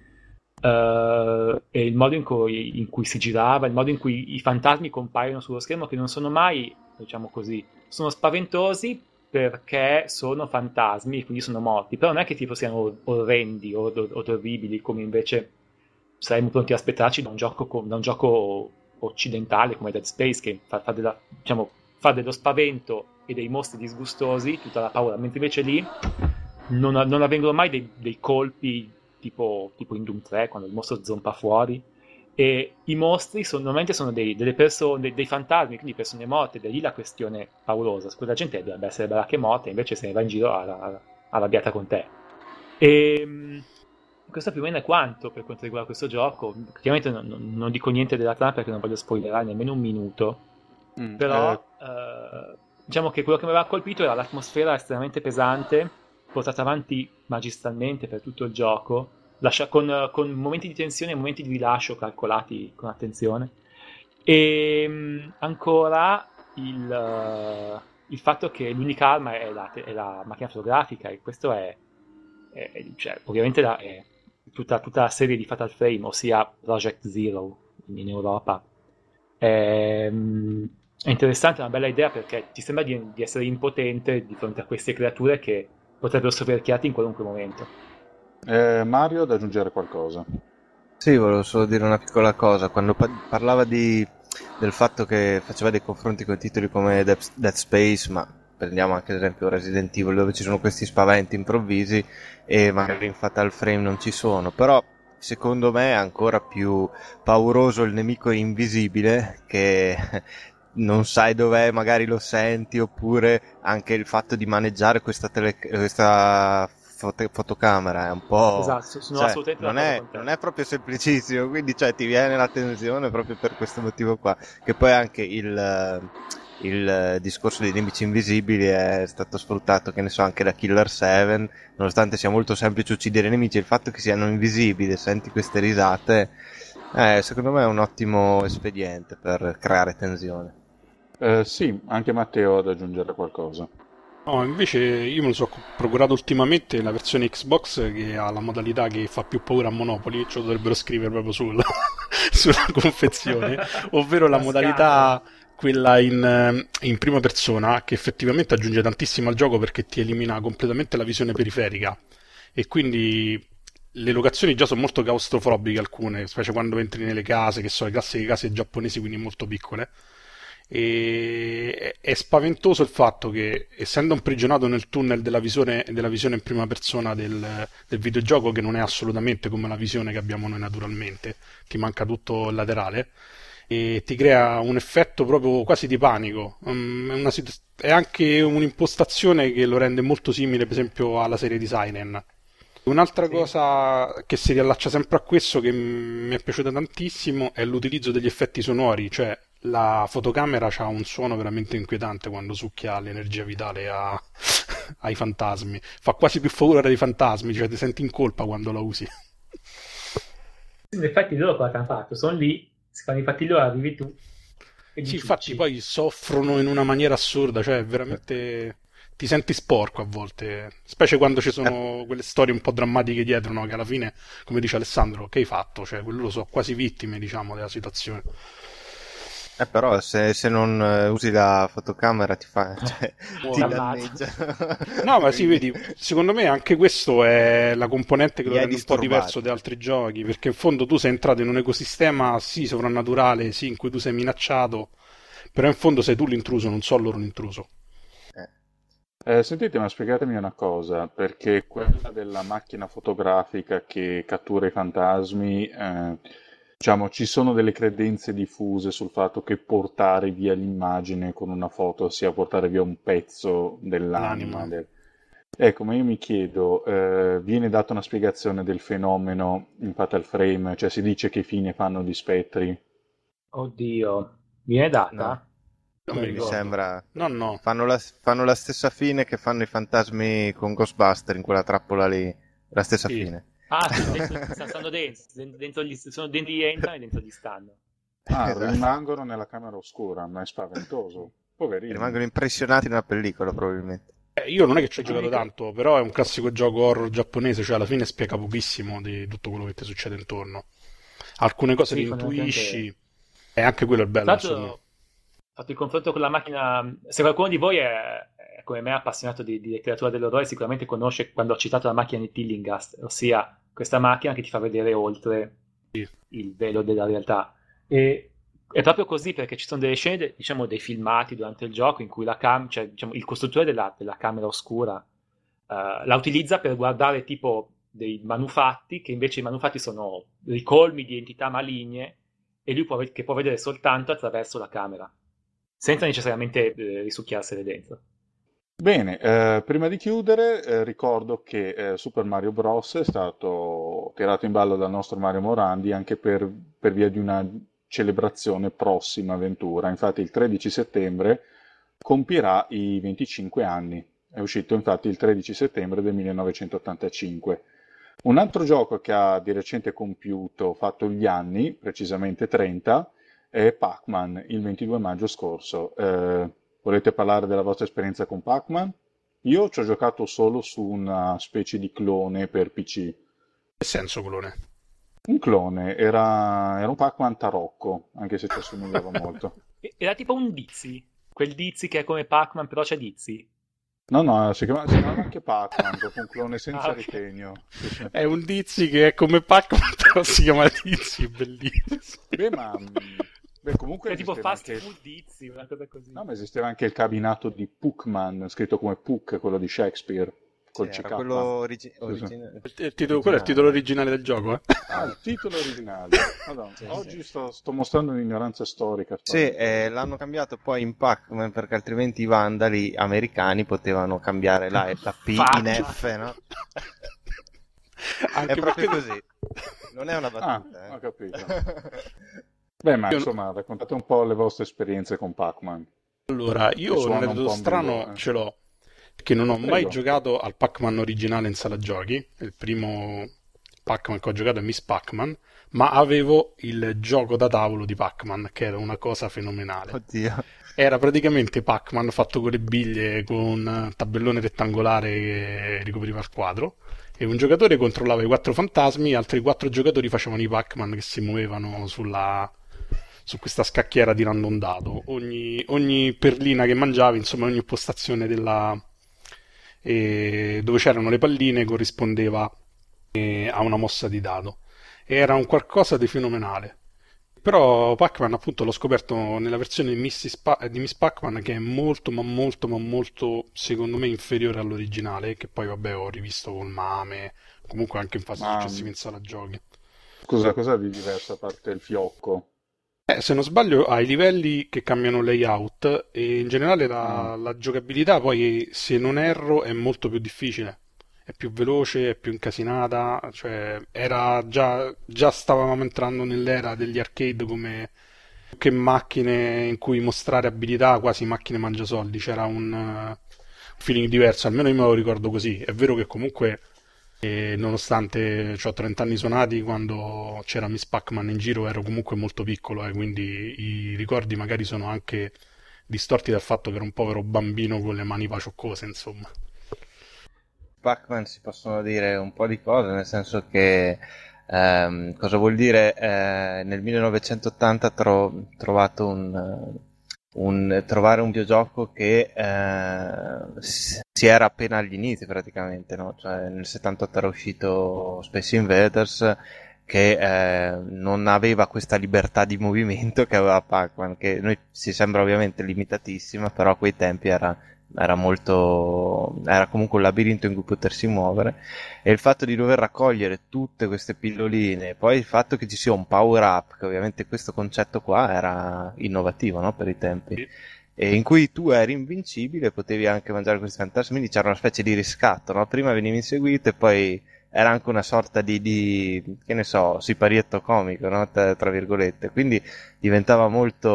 e il modo in cui si girava, il modo in cui i fantasmi compaiono sullo schermo, che non sono mai, diciamo così, sono spaventosi perché sono fantasmi e quindi sono morti, però non è che tipo siano orrendi o terribili come invece saremmo pronti ad aspettarci da un gioco occidentale come Dead Space, che diciamo, fa dello spavento e dei mostri disgustosi tutta la paura, mentre invece lì non avvengono mai dei colpi tipo in Doom 3 quando il mostro zompa fuori, e i mostri normalmente sono delle persone, dei fantasmi, quindi persone morte, da lì la questione paurosa, quella gente dovrebbe essere bella che morta, invece se ne va in giro arrabbiata con te. E questo più o meno è quanto per quanto riguarda questo gioco. Chiaramente non dico niente della trama perché non voglio spoilerare nemmeno un minuto, però diciamo che quello che mi aveva colpito era l'atmosfera estremamente pesante, portata avanti magistralmente per tutto il gioco, con momenti di tensione e momenti di rilascio calcolati con attenzione, e ancora il fatto che l'unica arma è la macchina fotografica, e questo cioè, ovviamente è tutta la serie di Fatal Frame, ossia Project Zero in Europa. È interessante, è una bella idea perché ti sembra di essere impotente di fronte a queste creature che potrebbero soverchiarti in qualunque momento. Mario, da aggiungere qualcosa? Sì, volevo solo dire una piccola cosa. Quando parlava del fatto che faceva dei confronti con titoli come Dead Space, ma prendiamo anche ad esempio Resident Evil, dove ci sono questi spaventi improvvisi e magari in Fatal Frame non ci sono, però secondo me è ancora più pauroso il nemico invisibile, che non sai dov'è, magari lo senti, oppure anche il fatto di maneggiare questa fotocamera è un po', Esatto, sono cioè, assolutamente non d'accordo è, con te. non è proprio semplicissimo, quindi cioè, ti viene la tensione proprio per questo motivo qua, che poi anche il discorso dei nemici invisibili è stato sfruttato, che ne so, anche da Killer 7, nonostante sia molto semplice uccidere i nemici, il fatto che siano invisibili, senti queste risate, secondo me è un ottimo espediente per creare tensione. Sì, anche Matteo ad aggiungere qualcosa. No, invece io me lo so procurato ultimamente la versione Xbox che ha la modalità che fa più paura a Monopoli, ce lo dovrebbero scrivere proprio sulla confezione, ovvero la modalità quella in prima persona, che effettivamente aggiunge tantissimo al gioco perché ti elimina completamente la visione periferica e quindi le locazioni già sono molto claustrofobiche alcune, specie quando entri nelle case, che sono le classiche case giapponesi, quindi molto piccole. E è spaventoso il fatto che, essendo imprigionato nel tunnel della visione in prima persona del videogioco, che non è assolutamente come la visione che abbiamo noi naturalmente, ti manca tutto il laterale e ti crea un effetto proprio quasi di panico. È anche un'impostazione che lo rende molto simile, per esempio, alla serie di Siren. Un'altra cosa che si riallaccia sempre a questo, che mi è piaciuta tantissimo, è l'utilizzo degli effetti sonori, cioè la fotocamera ha un suono veramente inquietante quando succhia l'energia vitale ai fantasmi. Fa quasi più paura dei fantasmi, cioè ti senti in colpa quando la usi. In effetti loro cosa hanno fatto? Sono lì, si fanno i fatti loro, arrivi tu e Sì, li infatti ciucci. poi soffrono in una maniera assurda, cioè veramente ti senti sporco a volte, specie quando ci sono quelle storie un po' drammatiche dietro, no? Che alla fine, come dice Alessandro, che hai fatto? Cioè, quello sono quasi vittime, diciamo, della situazione. Però se non usi la fotocamera cioè, ti Ammazza. danneggia. No, ma sì, Quindi vedi, secondo me anche questo è la componente che li lo hai rende un po' diverso disturbati. da altri giochi, perché in fondo tu sei entrato in un ecosistema, sì, sovrannaturale, sì, in cui tu sei minacciato, però in fondo sei tu l'intruso, non so loro l'intruso. Sentite, ma spiegatemi una cosa, perché quella della macchina fotografica che cattura i fantasmi, diciamo, ci sono delle credenze diffuse sul fatto che portare via l'immagine con una foto sia portare via un pezzo dell'anima. L'anima. Ecco, ma io mi chiedo, viene data una spiegazione del fenomeno in Fatal Frame? Cioè si dice che fine fanno gli spettri? Oddio, viene No, data? Non Non mi mi mi ricordo. ricordo. sembra No, no. fanno la stessa fine che fanno i fantasmi con Ghostbuster in quella trappola lì, la stessa Sì. fine. Ah, sì, Esatto. stanno sono dentro gli entrano e dentro gli stanno. Ah, Esatto. rimangono nella camera oscura, ma è spaventoso. Poverino. Rimangono impressionati nella pellicola, probabilmente. Io non è che ci ho giocato tanto, però è un classico gioco horror giapponese, cioè alla fine spiega pochissimo di tutto quello che ti succede intorno. Alcune cose Sì, le fondamentalmente. intuisci, e anche quello è bello, Tra insomma. l'altro, fatto il confronto con la macchina, se qualcuno di voi è come me appassionato di letteratura dell'orrore, sicuramente conosce quando ho citato la macchina di Tillinghast, ossia questa macchina che ti fa vedere oltre Sì. il velo della realtà. E è proprio così perché ci sono delle scene, diciamo, dei filmati durante il gioco in cui cioè, diciamo, il costruttore della camera oscura la utilizza per guardare tipo dei manufatti, che invece i manufatti sono ricolmi di entità maligne e lui che può vedere soltanto attraverso la camera, senza necessariamente risucchiarsele dentro. Bene, prima di chiudere, ricordo che Super Mario Bros. È stato tirato in ballo dal nostro Mario Morandi anche per via di una celebrazione prossima avventura. Infatti il 13 settembre compirà i 25 anni. È uscito infatti il 13 settembre del 1985. Un altro gioco che ha di recente fatto gli anni, precisamente 30, è Pac-Man, il 22 maggio scorso. Volete parlare della vostra esperienza con Pac-Man? Io ci ho giocato solo su una specie di clone per PC. Che senso, clone? Un clone, era un Pac-Man tarocco, anche se ci assomigliava molto. Era tipo un Dizzy, quel Dizzy che è come Pac-Man però c'è Dizzy. No, si chiamava anche Pac-Man, proprio un clone senza Ah, ok. ritegno. Sì, sì. È un Dizzy che è come Pac-Man, però si chiama Dizzy, bellissimo. Beh, comunque È tipo esisteva Fast anche, Food Dizzy, una cosa così. no, ma esisteva anche il cabinato di Puckman, scritto come Puck, quello di Shakespeare, Sì, col era CK. quello Sì, sì. Quello è il titolo originale del gioco, eh? Ah, il titolo originale. Madonna, Sì, oggi sì. sto mostrando un'ignoranza storica. Sì, l'hanno cambiato poi in Pac-Man perché altrimenti i vandali americani potevano cambiare la P in Faccia. F, no? È Anche proprio perché... così. Non è una Ah, battuta, ho capito. Beh, ma Io- insomma, raccontate un po' le vostre esperienze con Pac-Man. Allora, Che io un suona un aneddoto po' strano ambiguo, ce l'ho, perché non ho mai Prego. giocato al Pac-Man originale in sala giochi, il primo Pac-Man che ho giocato è Miss Pac-Man, ma avevo il gioco da tavolo di Pac-Man, che era una cosa fenomenale. Oddio. Era praticamente Pac-Man fatto con le biglie, con un tabellone rettangolare che ricopriva il quadro, e un giocatore controllava i 4 fantasmi, altri 4 giocatori facevano i Pac-Man che si muovevano su questa scacchiera tirando un dado. Ogni perlina che mangiavi, insomma, ogni postazione dove c'erano le palline corrispondeva a una mossa di dado. Era un qualcosa di fenomenale. Però Pac-Man appunto l'ho scoperto nella versione di Miss Pac-Man, che è molto ma molto ma molto secondo me inferiore all'originale, che poi vabbè ho rivisto col Mame, comunque anche in fasi Ma successive in sala giochi. scusa, cosa di diverso a parte il fiocco? Se non sbaglio ha i livelli che cambiano layout e in generale Ah, la giocabilità poi, se non erro, è molto più difficile. È più veloce, è più incasinata, cioè già stavamo entrando nell'era degli arcade come che macchine in cui mostrare abilità, quasi macchine mangiasoldi, c'era un feeling diverso, almeno io me lo ricordo così. È vero che comunque nonostante ho 30 anni suonati, quando c'era Miss Pac-Man in giro ero comunque molto piccolo, quindi i ricordi magari sono anche distorti dal fatto che ero un povero bambino con le mani pacioccose, insomma. Pac-Man si possono dire un po' di cose, nel senso che cosa vuol dire nel 1980 trovato trovare un videogioco che si era appena agli inizi praticamente, no? Cioè, nel 78 era uscito Space Invaders che non aveva questa libertà di movimento che aveva Pac-Man, che noi ci sembra ovviamente limitatissima, però a quei tempi era comunque un labirinto in cui potersi muovere, e il fatto di dover raccogliere tutte queste pilloline, poi il fatto che ci sia un power up, che ovviamente questo concetto qua era innovativo, no? Per i tempi, Sì. e in cui tu eri invincibile, potevi anche mangiare questi fantasmi, quindi c'era una specie di riscatto, no? Prima venivi inseguito e poi era anche una sorta di che ne so, siparietto comico, no? Tra virgolette, quindi diventava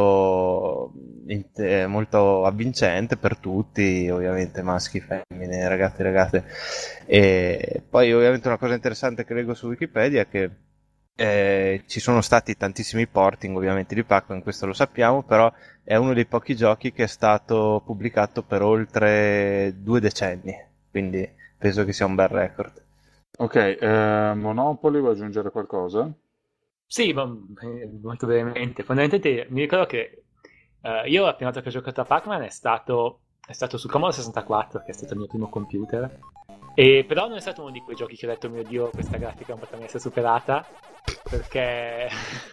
molto avvincente per tutti, ovviamente maschi, femmine, ragazzi e ragazze. E poi ovviamente una cosa interessante che leggo su Wikipedia è che Ci sono stati tantissimi porting ovviamente di Pac-Man, questo lo sappiamo, però è uno dei pochi giochi che è stato pubblicato per oltre 2 decenni, quindi penso che sia un bel record. Ok, Monopoly, vuoi aggiungere qualcosa? Sì, molto brevemente. Fondamentalmente mi ricordo che io la prima volta che ho giocato a Pac-Man è stato su Commodore 64, che è stato il mio primo computer. E però non è stato uno di quei giochi che ho detto, mio Dio, questa grafica non potrà mai essere superata, perché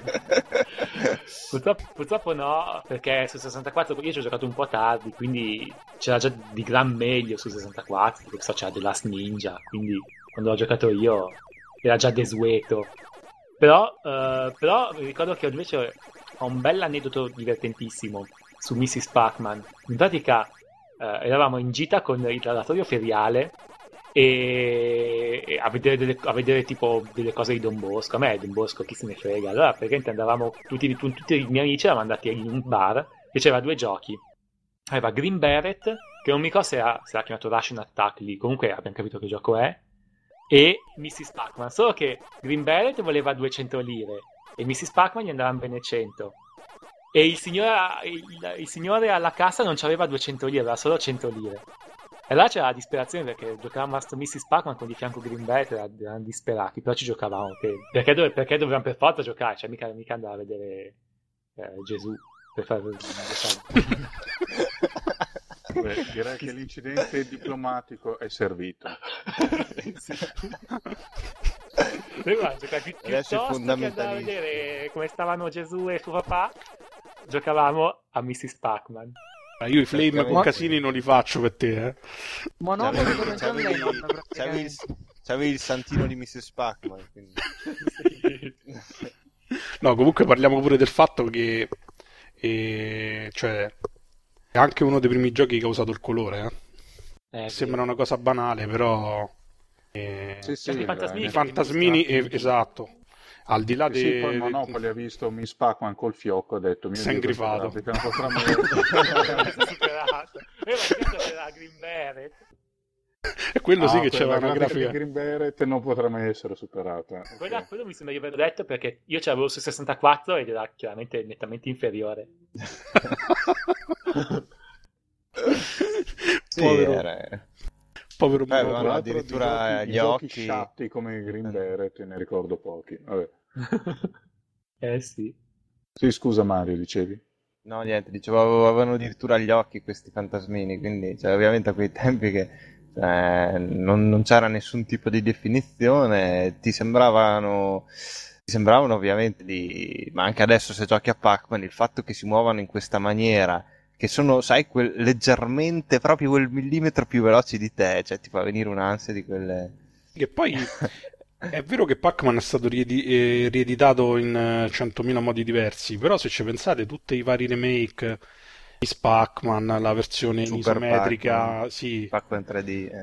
purtroppo no, perché su 64 io ci ho giocato un po' tardi, quindi c'era già di gran meglio su 64, perché so, c'era The Last Ninja, quindi quando l'ho giocato io era già desueto. Però mi ricordo che invece ho un bel aneddoto divertentissimo su Mrs. Pac-Man. In pratica eravamo in gita con il laboratorio feriale e a vedere tipo delle cose di Don Bosco. A me Don Bosco chi se ne frega. Allora praticamente andavamo, tutti i miei amici eravamo andati in un bar che c'era due giochi. Aveva Green Beret, che non mi ricordo se era chiamato Russian Attack lì, comunque abbiamo capito che gioco è, e Mrs. Pac-Man, solo che Green Beret voleva 200 lire e Mrs. Pac-Man gli andavano bene 100. E il signore alla cassa non c'aveva 200 lire, aveva solo 100 lire. E allora c'era la disperazione perché giocavamo a sto Mrs. Pac-Man con di fianco Green Beret, erano disperati, però ci giocavamo. Perché dovevamo per forza giocare, cioè mica andare a vedere Gesù per fare. Beh, direi che l'incidente diplomatico è servito. Sì. Noi guarda, piuttosto che andare a vedere come stavano Gesù e suo papà, giocavamo a Mrs. Pac-Man. Io i flame con casini non li faccio per te, eh. Monopoly come John Lennon, c'avevi il santino di Mrs. Pac-Man, quindi. No, comunque parliamo pure del fatto che cioè è anche uno dei primi giochi che ha usato il colore, sembra una cosa banale, però Sì, i fantasmini esatto. Al di là di poi Monopoly ha visto Miss Pac-Man col fiocco, ha detto si è ingrifato. Non potrà mai era Green Beret. E quello sì che c'era una grafica di Green Beret non potrà mai essere superata. Quello mi sembra di averlo detto perché io ce l'avevo su 64 ed era chiaramente nettamente inferiore. Sì, povero avevano addirittura gli occhi sciatti come Green Beret, ne ricordo pochi. Vabbè. Sì. Sì, scusa Mario, dicevi? No, niente, dicevo, avevano addirittura gli occhi questi fantasmini, quindi cioè, ovviamente a quei tempi che non c'era nessun tipo di definizione, ti sembravano ovviamente ma anche adesso se giochi a Pac-Man, il fatto che si muovano in questa maniera, che sono, sai, leggermente proprio quel millimetro più veloci di te, cioè ti fa venire un'ansia di quelle. Che poi è vero che Pac-Man è stato rieditato in 100.000 modi diversi, però se ci pensate tutti i vari remake, Miss Pac-Man, la versione Super isometrica, Pac-Man, sì, Pac-Man 3D,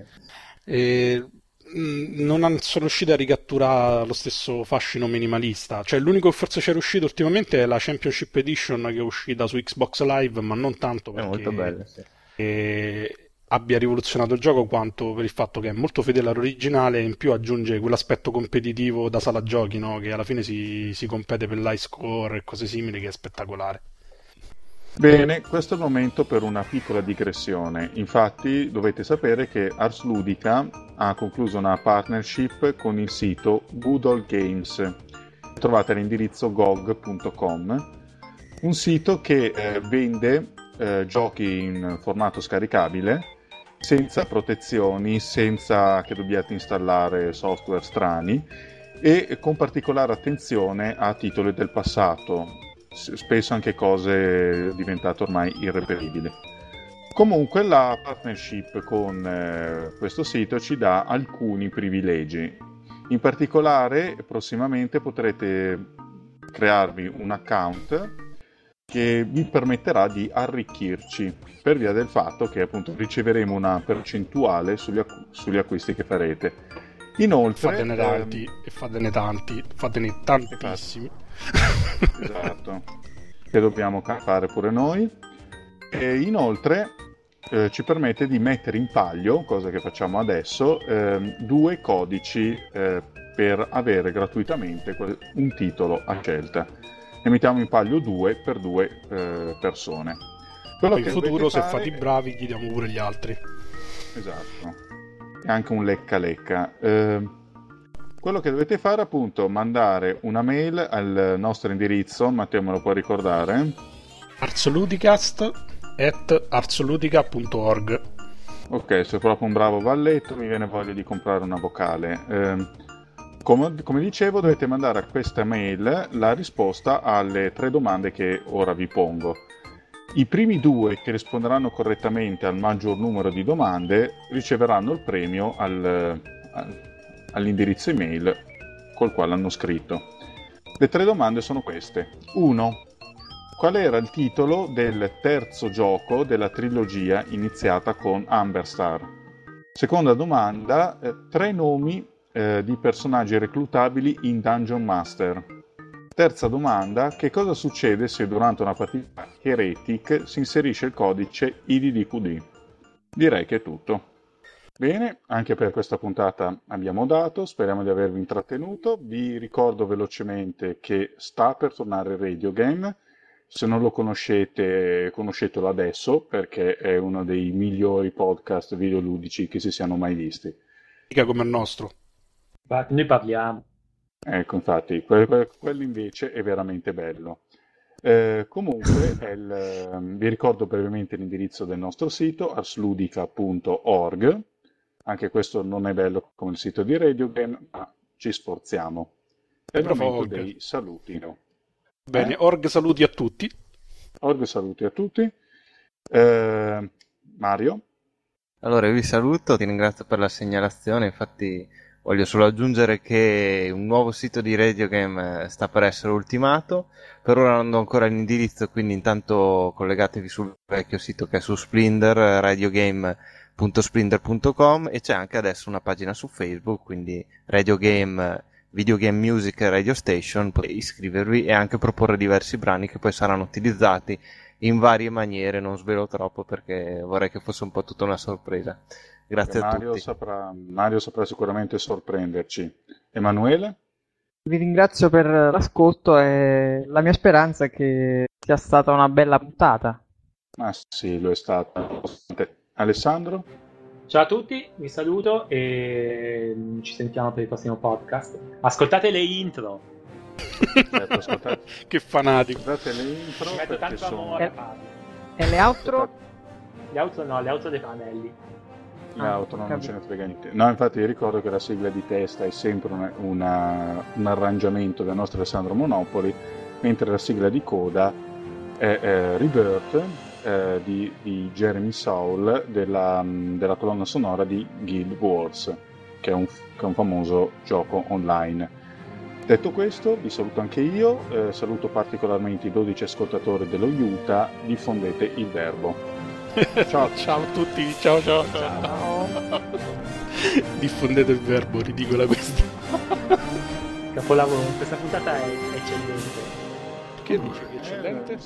non sono riusciti a ricatturare lo stesso fascino minimalista. Cioè l'unico che forse c'è riuscito ultimamente è la Championship Edition che è uscita su Xbox Live, ma non tanto perché è molto bella, sì. Abbia rivoluzionato il gioco quanto per il fatto che è molto fedele all'originale e in più aggiunge quell'aspetto competitivo da sala giochi, no? Che alla fine si compete per l'high score e cose simili, che è spettacolare. Bene, questo è il momento per una piccola digressione. Infatti dovete sapere che Ars Ludica ha concluso una partnership con il sito Good Old Games. Trovate l'indirizzo gog.com, un sito che vende giochi in formato scaricabile, senza protezioni, senza che dobbiate installare software strani e con particolare attenzione a titoli del passato, spesso anche cose diventate ormai irreperibili. Comunque la partnership con questo sito ci dà alcuni privilegi. In particolare prossimamente potrete crearvi un account che vi permetterà di arricchirci per via del fatto che appunto riceveremo una percentuale sugli acquisti che farete. Inoltre fatene tantissimi. Esatto, che dobbiamo fare pure noi. E inoltre ci permette di mettere in palio, cosa che facciamo adesso, 2 codici per avere gratuitamente un titolo a scelta. Ne mettiamo in palio 2 per 2 persone. Poi in futuro, se fate i bravi, chiediamo pure gli altri. Esatto. E anche un lecca. Quello che dovete fare, appunto, mandare una mail al nostro indirizzo. Matteo, me lo puoi ricordare? artsludicast@artsludica.org. Ok, sei proprio un bravo valletto, mi viene voglia di comprare una vocale. Come dicevo, dovete mandare a questa mail la risposta alle 3 domande che ora vi pongo. I primi 2 che risponderanno correttamente al maggior numero di domande riceveranno il premio all'indirizzo email col quale hanno scritto. Le 3 domande sono queste. 1. Qual era il titolo del terzo gioco della trilogia iniziata con Amber Star? Seconda domanda, 3 nomi di personaggi reclutabili in Dungeon Master. Terza domanda, che cosa succede se durante una partita Heretic si inserisce il codice IDDQD? Direi che è tutto. Bene, anche per questa puntata abbiamo dato, speriamo di avervi intrattenuto. Vi ricordo velocemente che sta per tornare Radio Game. Se non lo conoscete, conoscetelo adesso, perché è uno dei migliori podcast videoludici che si siano mai visti. Mica come il nostro. Noi parliamo. Ecco, infatti, quello invece è veramente bello. Comunque, vi ricordo brevemente l'indirizzo del nostro sito, arsludica.org. Anche questo non è bello come il sito di Radio Game, ma ci sforziamo. È il momento dei saluti, no? Bene, org saluti a tutti. Org saluti a tutti. Mario? Allora, io vi saluto, ti ringrazio per la segnalazione, infatti voglio solo aggiungere che un nuovo sito di Radio Game sta per essere ultimato, per ora non do ancora l'indirizzo, quindi intanto collegatevi sul vecchio sito che è su Splendor, radiogame.splendor.com, e c'è anche adesso una pagina su Facebook, quindi Radio Game, Video Game Music Radio Station, potete iscrivervi e anche proporre diversi brani che poi saranno utilizzati in varie maniere, non svelo troppo perché vorrei che fosse un po' tutta una sorpresa. Grazie a tutti. Mario saprà sicuramente sorprenderci. Emanuele? Vi ringrazio per l'ascolto e la mia speranza è che sia stata una bella puntata. Ah sì, lo è stata. Alessandro? Ciao a tutti, vi saluto e ci sentiamo per il prossimo podcast. Ascoltate le intro. Ascoltate. Che fanatico. Ascoltate le intro. Ci metto tanto amore a farlo. E le outro? Le outro no, le outro dei panelli. L'auto non ce ne frega niente. No, infatti ricordo che la sigla di testa è sempre un arrangiamento del nostro Alessandro Monopoli, mentre la sigla di coda è Rebirth di Jeremy Soule della colonna sonora di Guild Wars, che è un famoso gioco online. Detto questo, vi saluto anche io, saluto particolarmente i 12 ascoltatori dello Utah, diffondete il verbo. Ciao a tutti, ciao. Diffondete il verbo, ridicola questa. Capolavoro, questa puntata è eccellente. Che dici che è eccellente?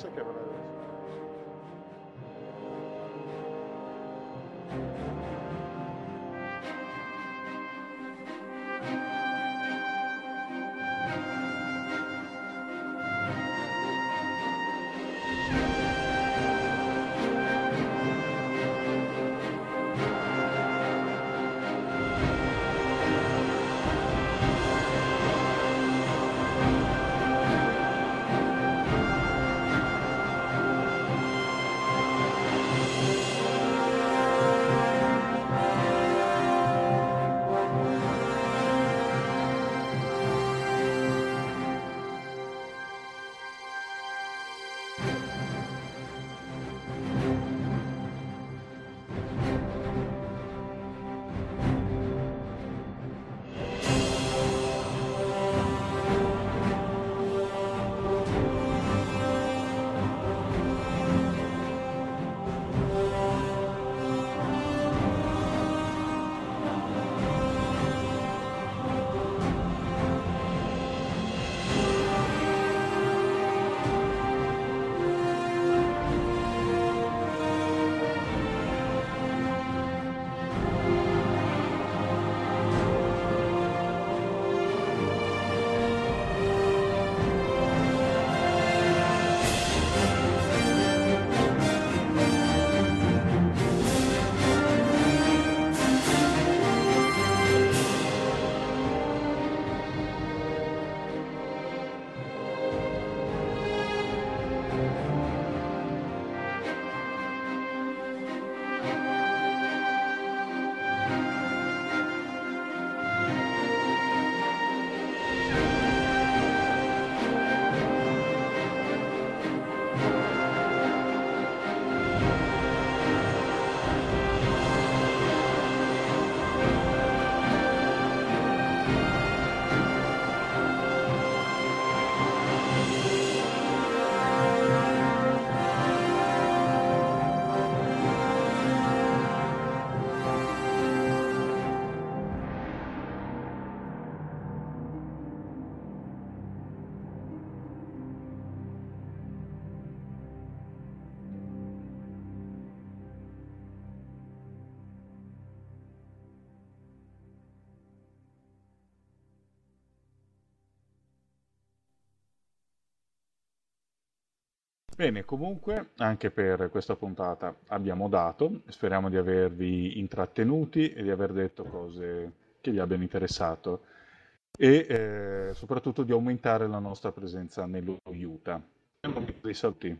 Bene, comunque anche per questa puntata abbiamo dato, speriamo di avervi intrattenuti e di aver detto cose che vi abbiano interessato e soprattutto di aumentare la nostra presenza nello Utah. Abbiamo dei saluti.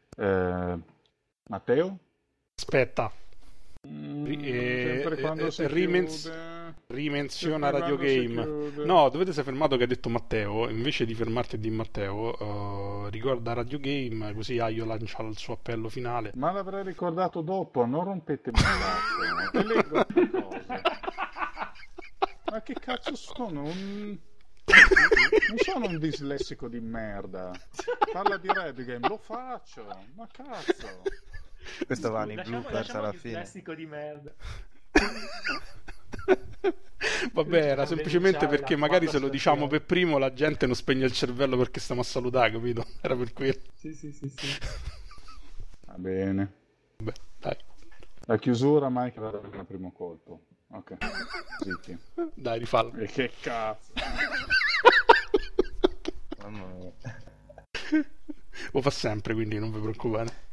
Matteo? Aspetta, Sempre quando si rimenziona Sempre Radio quando si Game. chiude. No, dove ti sei fermato che ha detto Matteo? Invece di fermarti di Matteo, ricorda Radio Game, così Aio lancia il suo appello finale. Ma l'avrei ricordato dopo, non rompetemi il cazzo. Ve leggo le cose. Ma che cazzo sono? Non sono un dislessico di merda. Parla di Red Game, lo faccio. Ma cazzo. Questo va nei bloopers alla fine. Classico di merda. Vabbè, era semplicemente denunciare perché la magari quarta se lo diciamo situazione. per primo la gente non spegne il cervello perché stiamo a salutare, capito? Era per quello. Sì. Va bene. Vabbè, dai. La chiusura mai che vada al primo colpo. Ok. Zitti. Dai, rifallo. E che cazzo. Mamma mia. Lo fa sempre, quindi non vi preoccupate.